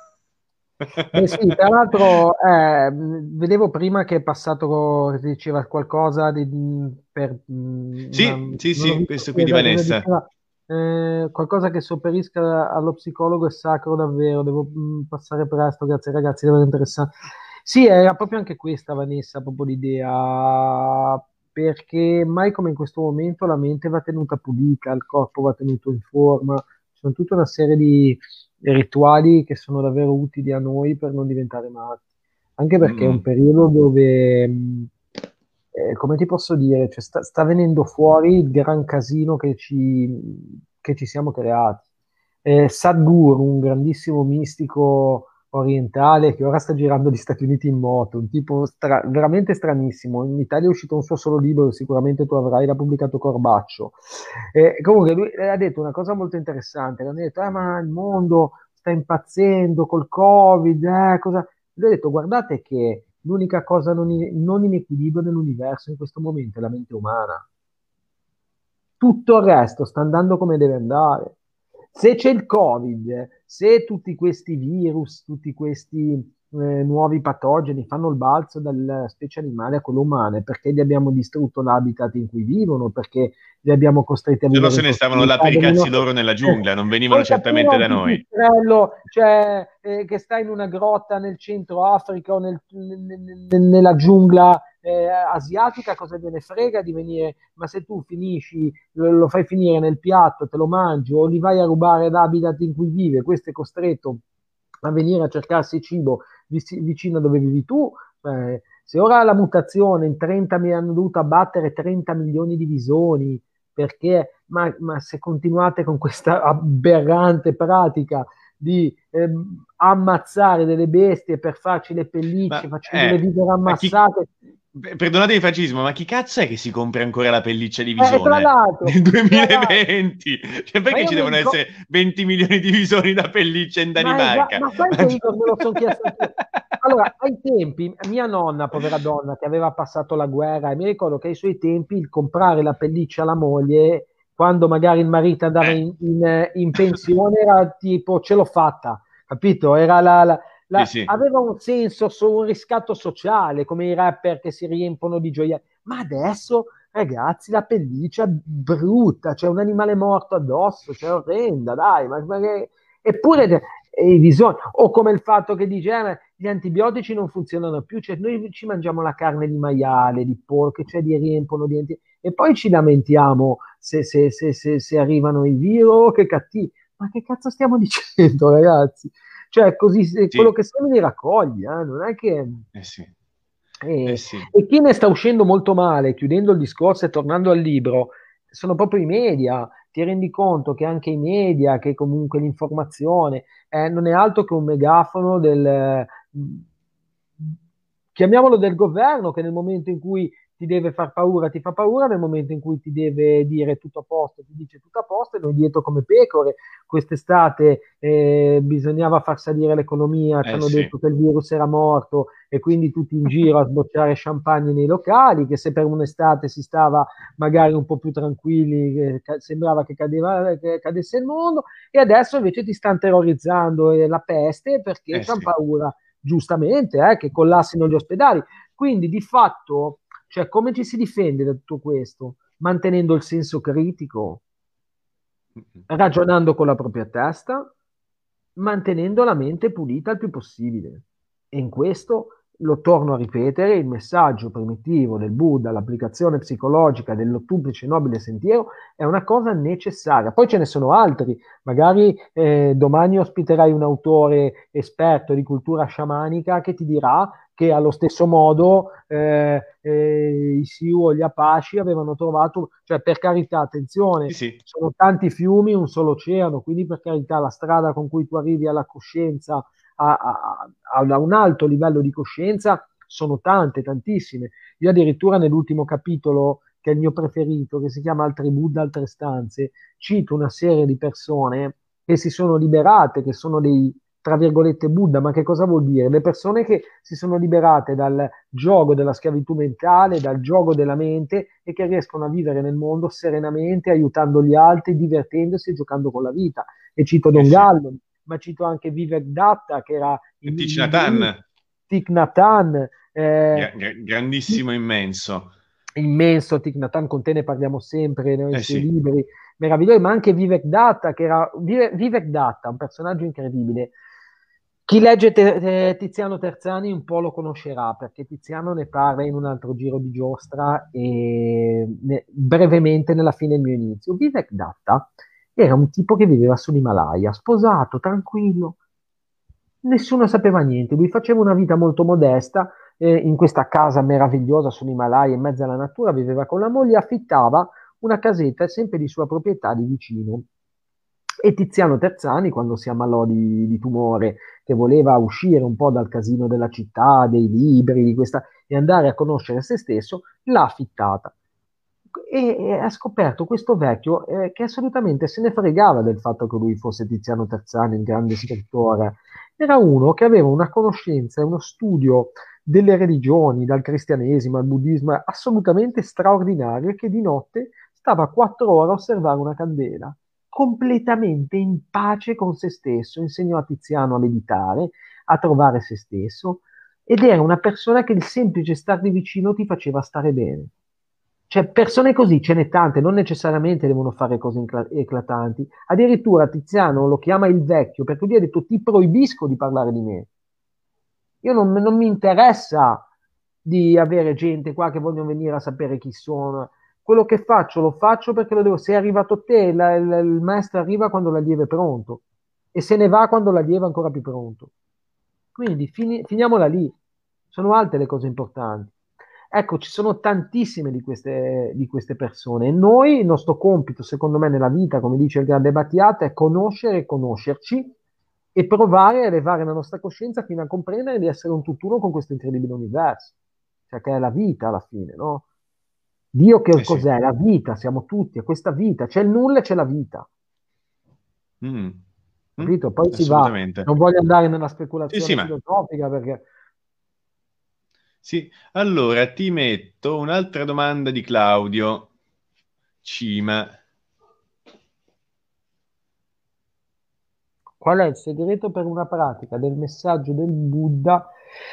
Beh sì, tra l'altro vedevo prima che è passato, che diceva qualcosa per Sì, sì, non ho sì, visto questo chi qui di cosa Vanessa. diceva, qualcosa che sopperisca allo psicologo è sacro davvero, devo passare presto, grazie ragazzi, davvero interessante. Sì, era proprio anche questa Vanessa, proprio l'idea, perché mai come in questo momento la mente va tenuta pulita, il corpo va tenuto in forma, ci sono tutta una serie di rituali che sono davvero utili a noi per non diventare matti. Anche perché è un Mm-mm. periodo dove, come ti posso dire, cioè sta venendo fuori il gran casino che ci siamo creati. Sadhguru, un grandissimo mistico orientale che ora sta girando gli Stati Uniti in moto, un tipo veramente stranissimo. In Italia è uscito un suo solo libro, sicuramente tu avrai, l'ha pubblicato Corbaccio. Comunque lui ha detto una cosa molto interessante, ha detto, ma il mondo sta impazzendo col Covid, cosa... Lui ha detto, guardate che l'unica cosa non in equilibrio nell'universo in questo momento è la mente umana. Tutto il resto sta andando come deve andare. Se c'è il Covid, se tutti questi virus, tutti questi nuovi patogeni fanno il balzo dalla specie animale a quella umana, è perché gli abbiamo distrutto l'habitat in cui vivono, perché li abbiamo costretti a Se no vivere se in ne stavano là prossimità per i delle cazzi nostre... loro nella giungla, non venivano Puoi capire certamente un da noi. pipistrello, cioè, che sta in una grotta nel centro Africa o nella giungla asiatica, cosa gliene frega di venire? Ma se tu finisci, lo fai finire nel piatto, te lo mangi o li vai a rubare l'habitat in cui vive, questo è costretto a venire a cercarsi cibo vicino a dove vivi tu. Se ora la mutazione in 30 mi hanno dovuto abbattere 30 milioni di visoni, perché, ma se continuate con questa aberrante pratica di ammazzare delle bestie per farci le pellicce, Ma, facendole vivere ma chi... ammassate, Perdonate il fascismo, ma chi cazzo è che si compra ancora la pelliccia di tra visone nel l'altro, 2020? Cioè, ma perché io ci mi devono ricordo, essere 20 milioni di visoni da pelliccia in Danimarca? ma sai Ma... che io me lo sono chiesto anch'io. Allora, ai tempi, mia nonna, povera donna, che aveva passato la guerra, e mi ricordo che ai suoi tempi il comprare la pelliccia alla moglie, quando magari il marito andava Eh. in pensione, era tipo, ce l'ho fatta, capito? Era Sì, sì. aveva un senso, un riscatto sociale, come i rapper che si riempono di gioia. Ma adesso, ragazzi, la pelliccia brutta, c'è un animale morto addosso, c'è orrenda, dai, eppure i visoni, o come il fatto che dice gli antibiotici non funzionano più, cioè noi ci mangiamo la carne di maiale, di porco, cioè di riempono di e poi ci lamentiamo se arrivano i virus, che cattivi. Ma che cazzo stiamo dicendo, ragazzi? Cioè, così quello Sì, che semini raccogli, non è che... eh sì, eh E, sì. e chi ne sta uscendo molto male, chiudendo il discorso e tornando al libro, sono proprio i media. Ti rendi conto che anche i media, che comunque l'informazione, non è altro che un megafono chiamiamolo del governo, che nel momento in cui ti deve far paura, ti fa paura, nel momento in cui ti deve dire tutto a posto, ti dice tutto a posto, e noi dietro come pecore. Quest'estate bisognava far salire l'economia, ci Eh hanno sì, detto che il virus era morto e quindi tutti in giro a sbocciare champagne nei locali, che se per un'estate si stava magari un po' più tranquilli, sembrava che cadesse il mondo, e adesso invece ti stanno terrorizzando la peste perché eh c'hanno sì. paura, giustamente, che collassino gli ospedali. Quindi di fatto, cioè, come ci si difende da tutto questo? Mantenendo il senso critico, Mm-mm. ragionando con la propria testa, mantenendo la mente pulita il più possibile. E in questo lo torno a ripetere, il messaggio primitivo del Buddha, l'applicazione psicologica dell'ottuplice nobile sentiero è una cosa necessaria. Poi ce ne sono altri, magari domani ospiterai un autore esperto di cultura sciamanica che ti dirà che allo stesso modo i Sioux o gli Apache avevano trovato, cioè per carità, attenzione, Sì, sì, sono tanti fiumi, un solo oceano, quindi per carità la strada con cui tu arrivi alla coscienza, a un alto livello di coscienza, sono tante, tantissime. Io addirittura nell'ultimo capitolo, che è il mio preferito, che si chiama Altri Buddha, altre stanze, cito una serie di persone che si sono liberate, che sono dei, tra virgolette, Buddha, ma che cosa vuol dire? Le persone che si sono liberate dal gioco della schiavitù mentale, dal gioco della mente e che riescono a vivere nel mondo serenamente, aiutando gli altri, divertendosi e giocando con la vita. E cito sì, Don sì. Gallo, ma cito anche Vivek Datta, che era E Thich Nhat l'indirizzo, Hanh, Thich Nhat Hanh, grandissimo, immenso. immenso Thich Nhat Hanh, con te ne parliamo sempre nei Eh suoi sì, libri meravigliosi, ma anche Vivek Datta, che era Vivek Datta, un personaggio incredibile. Chi legge Tiziano Terzani un po' lo conoscerà, perché Tiziano ne parla in un altro giro di giostra e brevemente nella fine del mio inizio. Vivek Datta era un tipo che viveva sull'Himalaya, sposato, tranquillo, nessuno sapeva niente, lui faceva una vita molto modesta, in questa casa meravigliosa sull'Himalaya, in mezzo alla natura, viveva con la moglie, affittava una casetta sempre di sua proprietà di vicino. E Tiziano Terzani, quando si ammalò di tumore, che voleva uscire un po' dal casino della città, dei libri, di questa, e andare a conoscere se stesso, l'ha affittata. E ha scoperto questo vecchio che assolutamente se ne fregava del fatto che lui fosse Tiziano Terzani, il grande scrittore. Era uno che aveva una conoscenza e uno studio delle religioni, dal cristianesimo al buddismo, assolutamente straordinario, e che di notte stava 4 ore a osservare una candela, completamente in pace con se stesso. Insegnò a Tiziano a meditare, a trovare se stesso, ed era una persona che il semplice stargli vicino ti faceva stare bene. Cioè, persone così ce n'è tante, non necessariamente devono fare cose eclatanti. Addirittura Tiziano lo chiama il vecchio perché lui ha detto: ti proibisco di parlare di me. Io non mi interessa di avere gente qua che vogliono venire a sapere chi sono. Quello che faccio lo faccio perché lo devo. Se è arrivato te, il maestro arriva quando l'allievo è pronto e se ne va quando l'allievo è ancora più pronto. Quindi finiamola lì. Sono altre le cose importanti. Ecco, ci sono tantissime di queste persone. E noi, il nostro compito, secondo me, nella vita, come dice il grande Battiato, è conoscere e conoscerci e provare a elevare la nostra coscienza fino a comprendere di essere un tutt'uno con questo incredibile universo. Cioè, che è la vita alla fine, no? Dio che eh sì. cos'è? La vita, siamo tutti, è questa vita. C'è il nulla e c'è la vita. Mm. Mm. Capito? Poi si va. Assolutamente. Non voglio andare nella Sì, sì, speculazione ma filosofica perché sì. Allora ti metto un'altra domanda di Claudio Cima. qual è il segreto per una pratica del messaggio del Buddha?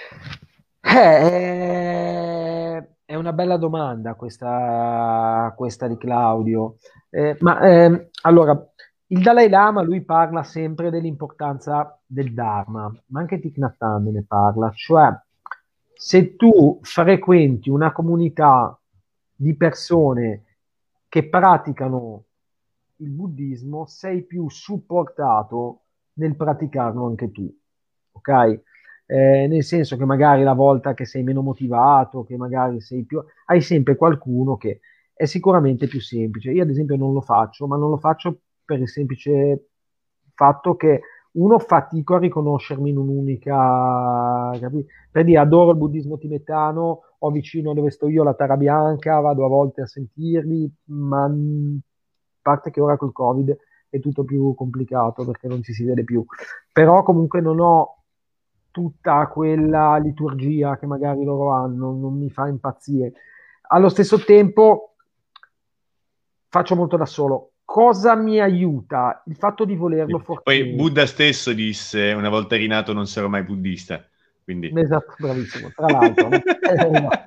È una bella domanda questa di Claudio. Allora, il Dalai Lama, lui parla sempre dell'importanza del Dharma, ma anche Thich Nhat Hanh ne parla, cioè se tu frequenti una comunità di persone che praticano il buddismo, sei più supportato nel praticarlo anche tu, ok? Nel senso che magari la volta che sei meno motivato, che magari sei più, hai sempre qualcuno che è sicuramente più semplice. Io ad esempio non lo faccio, ma non lo faccio per il semplice fatto che uno fatico a riconoscermi in un'unica, per dire, adoro il buddismo tibetano, ho vicino dove sto io la Tara Bianca, vado a volte a sentirli, ma a parte che ora col Covid è tutto più complicato perché non ci si vede più, però comunque non ho tutta quella liturgia che magari loro hanno, non mi fa impazzire. Allo stesso tempo faccio molto da solo. Cosa mi aiuta? Il fatto di volerlo Sì. Poi fortemente. Buddha stesso disse: Una volta rinato non sarò mai buddista. Quindi. Esatto, bravissimo, tra l'altro, no? No.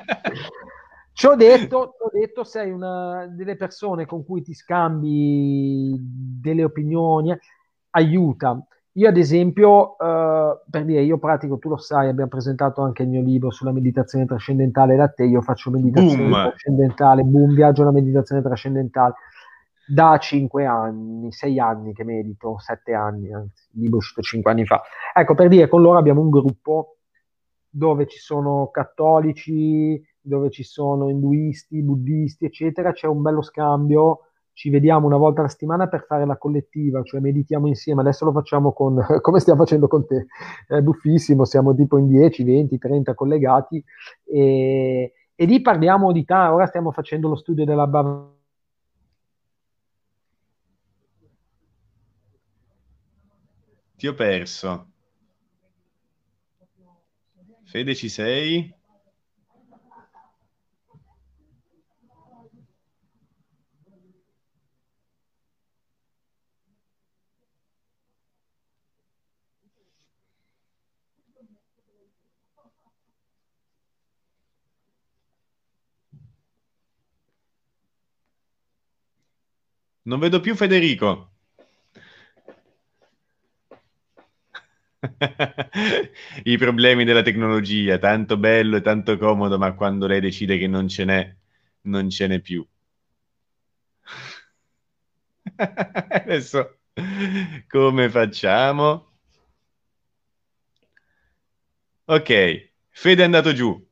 Ciò detto, sei una delle persone con cui ti scambi delle opinioni, aiuta. Io ad esempio, per dire, io pratico, tu lo sai, abbiamo presentato anche il mio libro sulla meditazione trascendentale da te, io faccio meditazione Boom! trascendentale, boom, viaggio alla meditazione trascendentale da 5 anni, 6 anni che medito, 7 anni, anzi, il libro è uscito 5 anni fa. Ecco, per dire, con loro abbiamo un gruppo dove ci sono cattolici, dove ci sono induisti, buddisti, eccetera, c'è un bello scambio, ci vediamo una volta alla settimana per fare la collettiva, cioè meditiamo insieme, adesso lo facciamo con, come stiamo facendo con te, è buffissimo, siamo tipo in 10, 20, 30 collegati e lì parliamo di ta, ora stiamo facendo lo studio della Bhagavad. Ti ho perso. Fede, ci sei? Non vedo più Federico. I problemi della tecnologia, tanto bello e tanto comodo, ma quando lei decide che non ce n'è, non ce n'è più. Adesso come facciamo? Ok, Fede è andato giù.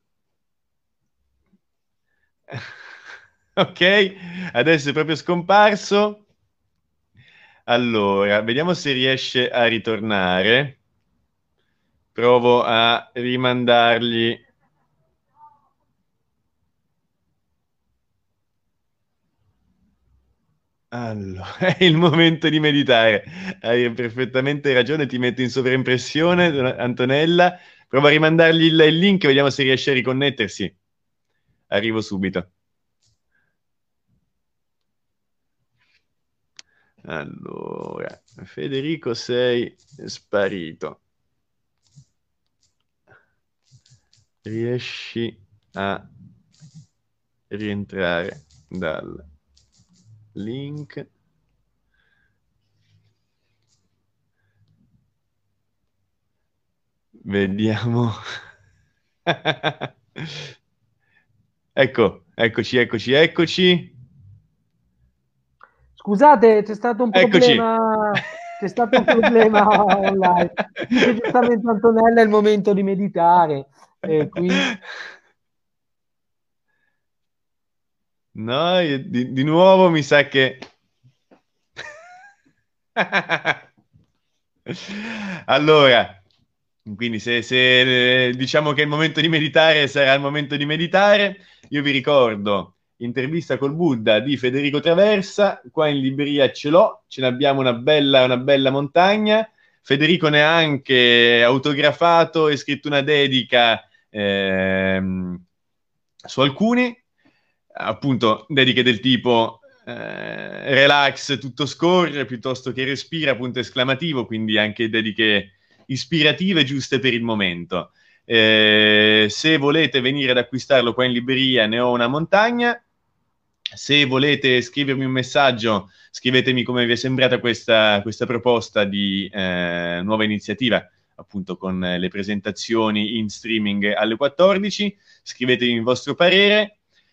Ok, adesso è proprio scomparso. Allora, vediamo se riesce a ritornare. Provo a rimandargli. Allora, è il momento di meditare. Hai perfettamente ragione, ti metto in sovraimpressione, Antonella. Prova a rimandargli il link, vediamo se riesce a riconnettersi. Arrivo subito. Allora, Federico, sei sparito. Riesci a rientrare dal link? Vediamo. Ecco, eccoci, eccoci, eccoci. Scusate, c'è stato un Eccoci. problema, c'è stato un problema online. Dice giustamente Antonella, è il momento di meditare. E qui No, di nuovo mi sa che... Allora, quindi se diciamo che è il momento di meditare, sarà il momento di meditare. Io vi ricordo, intervista col Buddha di Federico Traversa, qua in libreria ce l'ho, ce n'abbiamo una bella montagna. Federico ne ha anche autografato e scritto una dedica su alcuni, appunto dediche del tipo relax, tutto scorre piuttosto che respira, punto esclamativo, quindi anche dediche ispirative giuste per il momento. Se volete venire ad acquistarlo qua in libreria, ne ho una montagna. Se volete scrivermi un messaggio, scrivetemi come vi è sembrata questa proposta di nuova iniziativa, appunto con le presentazioni in streaming alle 14. Scrivetemi il vostro parere.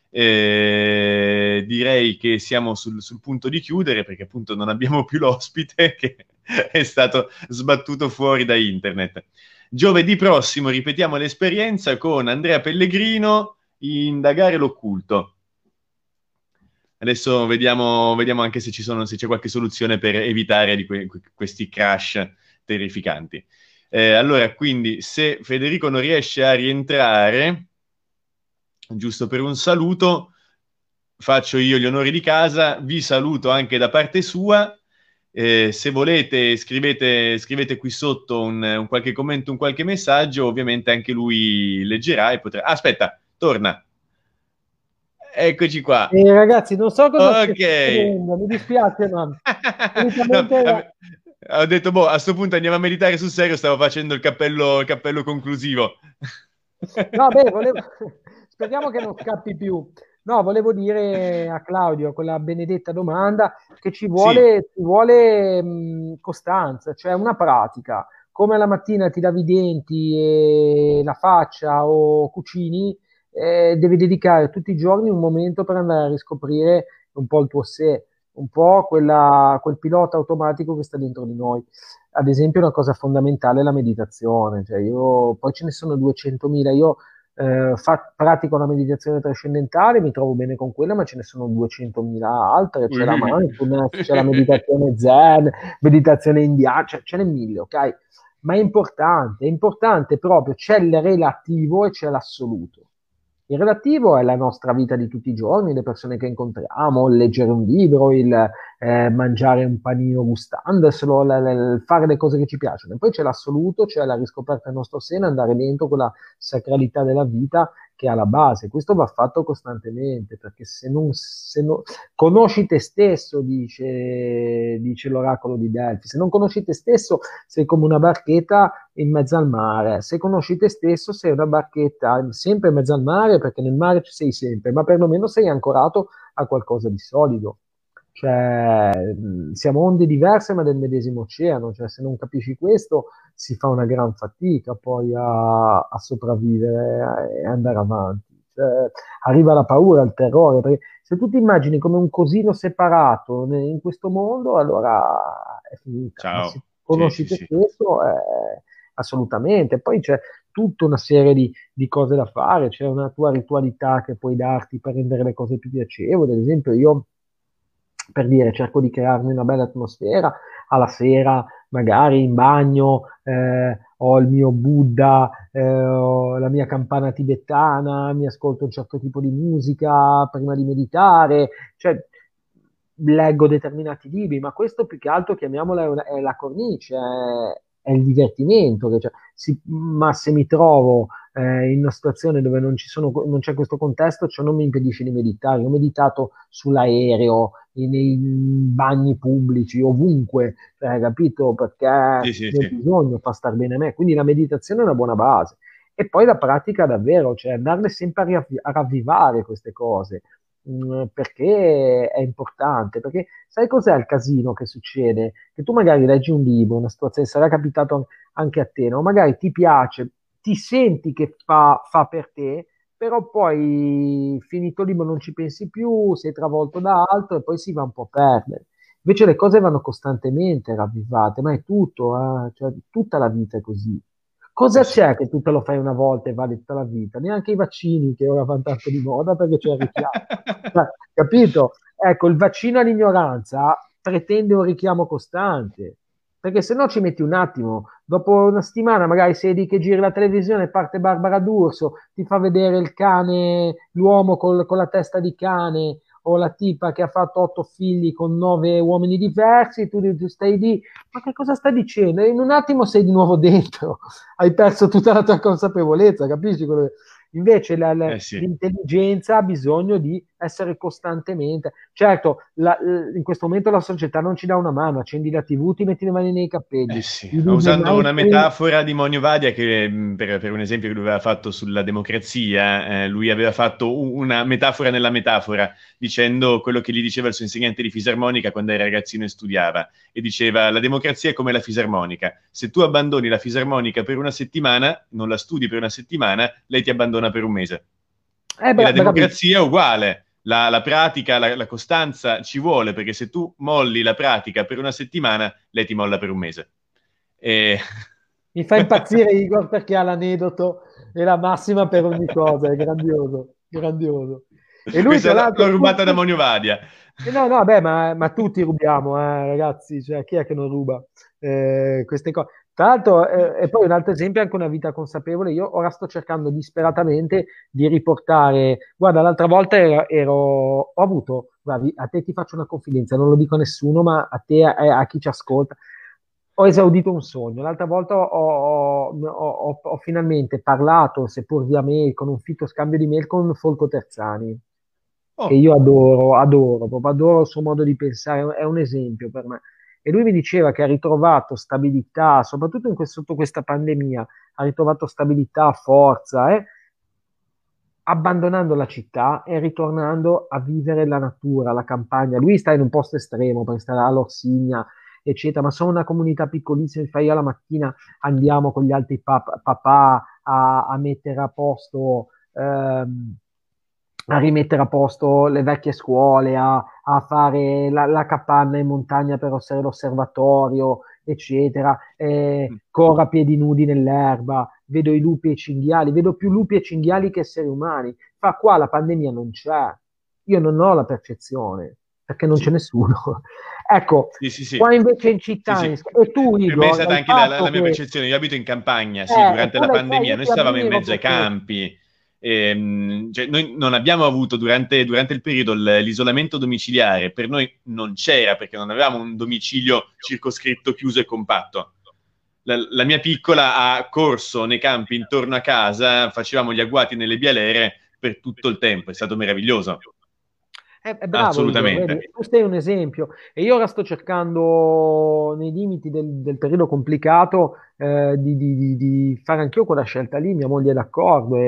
Direi che siamo sul punto di chiudere perché appunto non abbiamo più l'ospite che è stato sbattuto fuori da internet. Giovedì prossimo ripetiamo l'esperienza con Andrea Pellegrino, Indagare l'occulto. Adesso vediamo anche se se c'è qualche soluzione per evitare questi crash terrificanti. Allora, quindi, se Federico non riesce a rientrare, giusto per un saluto, faccio io gli onori di casa, vi saluto anche da parte sua. Se volete, scrivete qui sotto un qualche commento, un qualche messaggio, ovviamente anche lui leggerà e potrà... aspetta, torna. Eccoci qua. ragazzi, non so cosa stia Ok. succedendo, mi dispiace, ma No, solitamente ho detto, boh, a questo punto andiamo a meditare sul serio, stavo facendo il cappello conclusivo. no, beh, speriamo che non scappi più. No, volevo dire a Claudio, quella benedetta domanda, che Sì. ci vuole costanza, cioè una pratica. Come la mattina ti lavi i denti e la faccia o cucini, devi dedicare tutti i giorni un momento per andare a riscoprire un po' il tuo sé, un po' quel pilota automatico che sta dentro di noi. Ad esempio, una cosa fondamentale è la meditazione, cioè poi ce ne sono 200.000, io pratico la meditazione trascendentale, mi trovo bene con quella, ma ce ne sono 200.000 altre, c'è la mindfulness, c'è la meditazione zen, meditazione indiana, cioè ce n'è mille, ok? Ma è importante proprio, c'è il relativo e c'è l'assoluto. Il relativo è la nostra vita di tutti i giorni, le persone che incontriamo, il leggere un libro, il mangiare un panino gustandoselo, fare le cose che ci piacciono. E poi c'è l'assoluto, cioè la riscoperta del nostro seno, andare dentro quella sacralità della vita che è alla base. Questo va fatto costantemente, perché se non conosci te stesso, dice l'oracolo di Delfi, se non conosci te stesso sei come una barchetta in mezzo al mare. Se conosci te stesso, sei una barchetta sempre in mezzo al mare, perché nel mare ci sei sempre, ma perlomeno sei ancorato a qualcosa di solido. Cioè, siamo onde diverse, ma del medesimo oceano. Cioè, se non capisci questo, si fa una gran fatica poi a sopravvivere e andare avanti. Cioè, arriva la paura, il terrore, perché se tu ti immagini come un cosino separato in questo mondo, allora è finita. Ma se Ciao. Sì, conosci sì, te sì. stesso, assolutamente. Poi c'è tutta una serie di cose da fare, c'è una tua ritualità che puoi darti per rendere le cose più piacevoli. Ad esempio, io per dire, cerco di crearmi una bella atmosfera, alla sera magari in bagno ho il mio Buddha, ho la mia campana tibetana, mi ascolto un certo tipo di musica prima di meditare, cioè leggo determinati libri, ma questo più che altro chiamiamola è la cornice, è il divertimento, ma se mi trovo in una situazione dove non c'è questo contesto, ciò non mi impedisce di meditare. Io ho meditato sull'aereo, nei bagni pubblici, ovunque, capito? Perché Sì, sì, ne ho sì. bisogno, fa star bene a me. Quindi la meditazione è una buona base. E poi la pratica davvero, cioè andarle sempre a ravvivare queste cose, perché è importante, perché sai cos'è il casino che succede? Che tu magari leggi un libro, una situazione, sarà capitato anche a te, no? Magari ti piace, ti senti che fa per te, però poi finito il libro non ci pensi più, sei travolto da altro e poi si va un po' a perdere. Invece le cose vanno costantemente ravvivate, ma è tutto, cioè, tutta la vita è così. Eh Cosa sì. c'è che tu te lo fai una volta e vale tutta la vita? Neanche i vaccini che ora vanno tanto di moda perché c'è il richiamo. Capito? Ecco, il vaccino all'ignoranza pretende un richiamo costante, perché se no ci metti un attimo, dopo una settimana magari sei lì che giri la televisione, parte Barbara D'Urso, ti fa vedere il cane, l'uomo con la testa di cane, o la tipa che ha fatto 8 figli con 9 uomini diversi, tu stai lì, ma che cosa sta dicendo? E in un attimo sei di nuovo dentro, hai perso tutta la tua consapevolezza, capisci? Invece Eh sì. l'intelligenza ha bisogno di essere costantemente. Certo, in questo momento la società non ci dà una mano, accendi la TV, ti metti le mani nei Eh capelli, sì, i libri usando una mindfulness. metafora di Monio Vadia che per un esempio che lui aveva fatto sulla democrazia, lui aveva fatto una metafora nella metafora, dicendo quello che gli diceva il suo insegnante di fisarmonica quando era ragazzino e studiava, e diceva la democrazia è come la fisarmonica, se tu abbandoni la fisarmonica per una settimana, non la studi per una settimana, lei ti abbandona per un mese. E la Bravissimo. democrazia è uguale, la pratica, la costanza ci vuole, perché se tu molli la pratica per una settimana, lei ti molla per un mese. E... Mi fa impazzire Igor perché ha l'aneddoto e la massima per ogni cosa, è grandioso, grandioso. E lui, Questa tra l'altro, l'ho rubata da Monio Vadia. no, no, beh, ma tutti rubiamo, ragazzi, cioè, chi è che non ruba queste cose? Tra l'altro, e poi un altro esempio è anche una vita consapevole. Io ora sto cercando disperatamente di riportare. Guarda, l'altra volta ho avuto, guardi, a te ti faccio una confidenza, non lo dico a nessuno, ma a te, a chi ci ascolta. Ho esaudito un sogno. L'altra volta ho finalmente parlato, seppur via mail, con un fitto scambio di mail con Folco Terzani, che Oh, io adoro, proprio adoro il suo modo di pensare, è un esempio per me. E lui mi diceva che ha ritrovato stabilità, soprattutto sotto questa pandemia, ha ritrovato stabilità, forza, abbandonando la città e ritornando a vivere la natura, la campagna. Lui sta in un posto estremo, perché sta a Lorsigna, eccetera, ma sono una comunità piccolissima. Fai io la mattina andiamo con gli altri papà a mettere a posto, a rimettere a posto le vecchie scuole, a fare la capanna in montagna per osservare l'osservatorio, eccetera. Corro a piedi nudi nell'erba, vedo i lupi e i cinghiali, vedo più lupi e cinghiali che esseri umani. Fa qua la pandemia non c'è. Io non ho la percezione, perché non c'è Sì. nessuno. Ecco, Sì. qua invece in Sì, città, sì. e tu Per me è Igor, stata l'hai anche la fatto mia che... percezione. Io abito in campagna, sì, durante tu la l'hai fatto, pandemia io noi ti stavamo in ammiro mezzo ai perché... campi, cioè noi non abbiamo avuto durante il periodo l'isolamento domiciliare, per noi non c'era perché non avevamo un domicilio circoscritto, chiuso e compatto. La mia piccola ha corso nei campi intorno a casa, facevamo gli agguati nelle bialere per tutto il tempo, è stato meraviglioso, È bravo Igor, vedi, assolutamente. tu sei un esempio e io ora sto cercando nei limiti del periodo complicato di fare anch'io quella scelta lì, mia moglie è d'accordo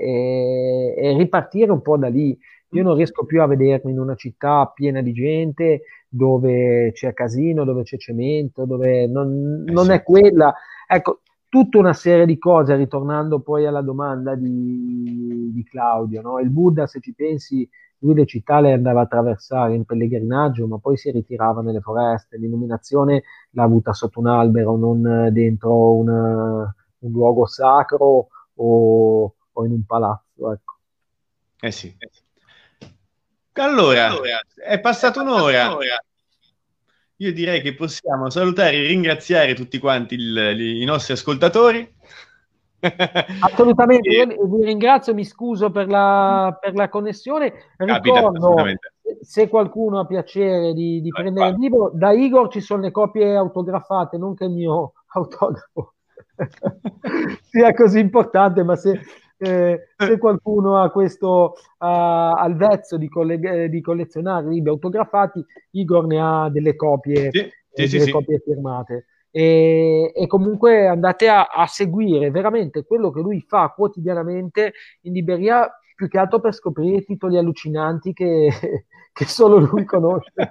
e ripartire un po' da lì. Io non riesco più a vedermi in una città piena di gente dove c'è casino, dove c'è cemento, dove non Sì. è quella. Ecco, tutta una serie di cose, ritornando poi alla domanda di Claudio, no? Il Buddha, se ci pensi, lui le città le andava a attraversare in pellegrinaggio, ma poi si ritirava nelle foreste. L'illuminazione l'ha avuta sotto un albero, non dentro un luogo sacro o in un palazzo. Ecco. Eh sì. Allora, è passata un'ora. Io direi che possiamo salutare e ringraziare tutti quanti i nostri ascoltatori. Assolutamente, io E vi ringrazio, mi scuso per la connessione. capita, Ricordo, assolutamente. se qualcuno ha piacere di Allora, prendere il qua. libro, da Igor ci sono le copie autografate, non che il mio autografo sia così importante, ma se qualcuno ha questo al vezzo di collezionare libri autografati, Igor ne ha Sì. delle copie firmate e comunque andate a seguire veramente quello che lui fa quotidianamente in libreria, più che altro per scoprire titoli allucinanti che solo lui conosce.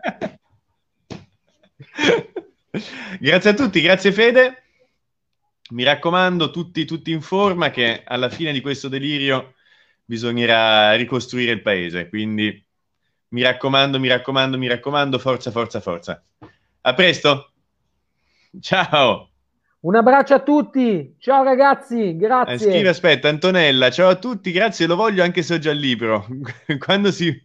Grazie a tutti, grazie Fede. Mi raccomando, tutti in forma che alla fine di questo delirio bisognerà ricostruire il paese. Quindi mi raccomando, forza, forza, forza. A presto. Ciao. Un abbraccio a tutti, ciao ragazzi, Scrive, grazie. aspetta, Antonella, ciao a tutti, grazie, lo voglio anche se ho già il libro. Quando si...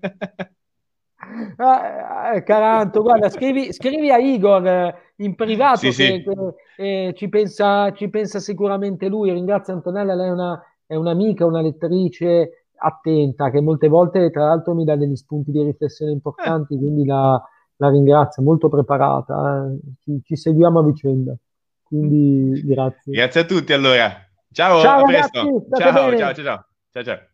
Caranto, guarda, scrivi a Igor in Sì, privato che, sì. ci pensa sicuramente lui. Ringrazio Antonella, lei è un'amica, una lettrice attenta che molte volte, tra l'altro, mi dà degli spunti di riflessione Eh, importanti, quindi la ringrazio, molto preparata. Ci seguiamo a vicenda, quindi grazie. Grazie a tutti allora. Ciao, Ciao a ragazzi, presto. state Ciao, bene. ciao.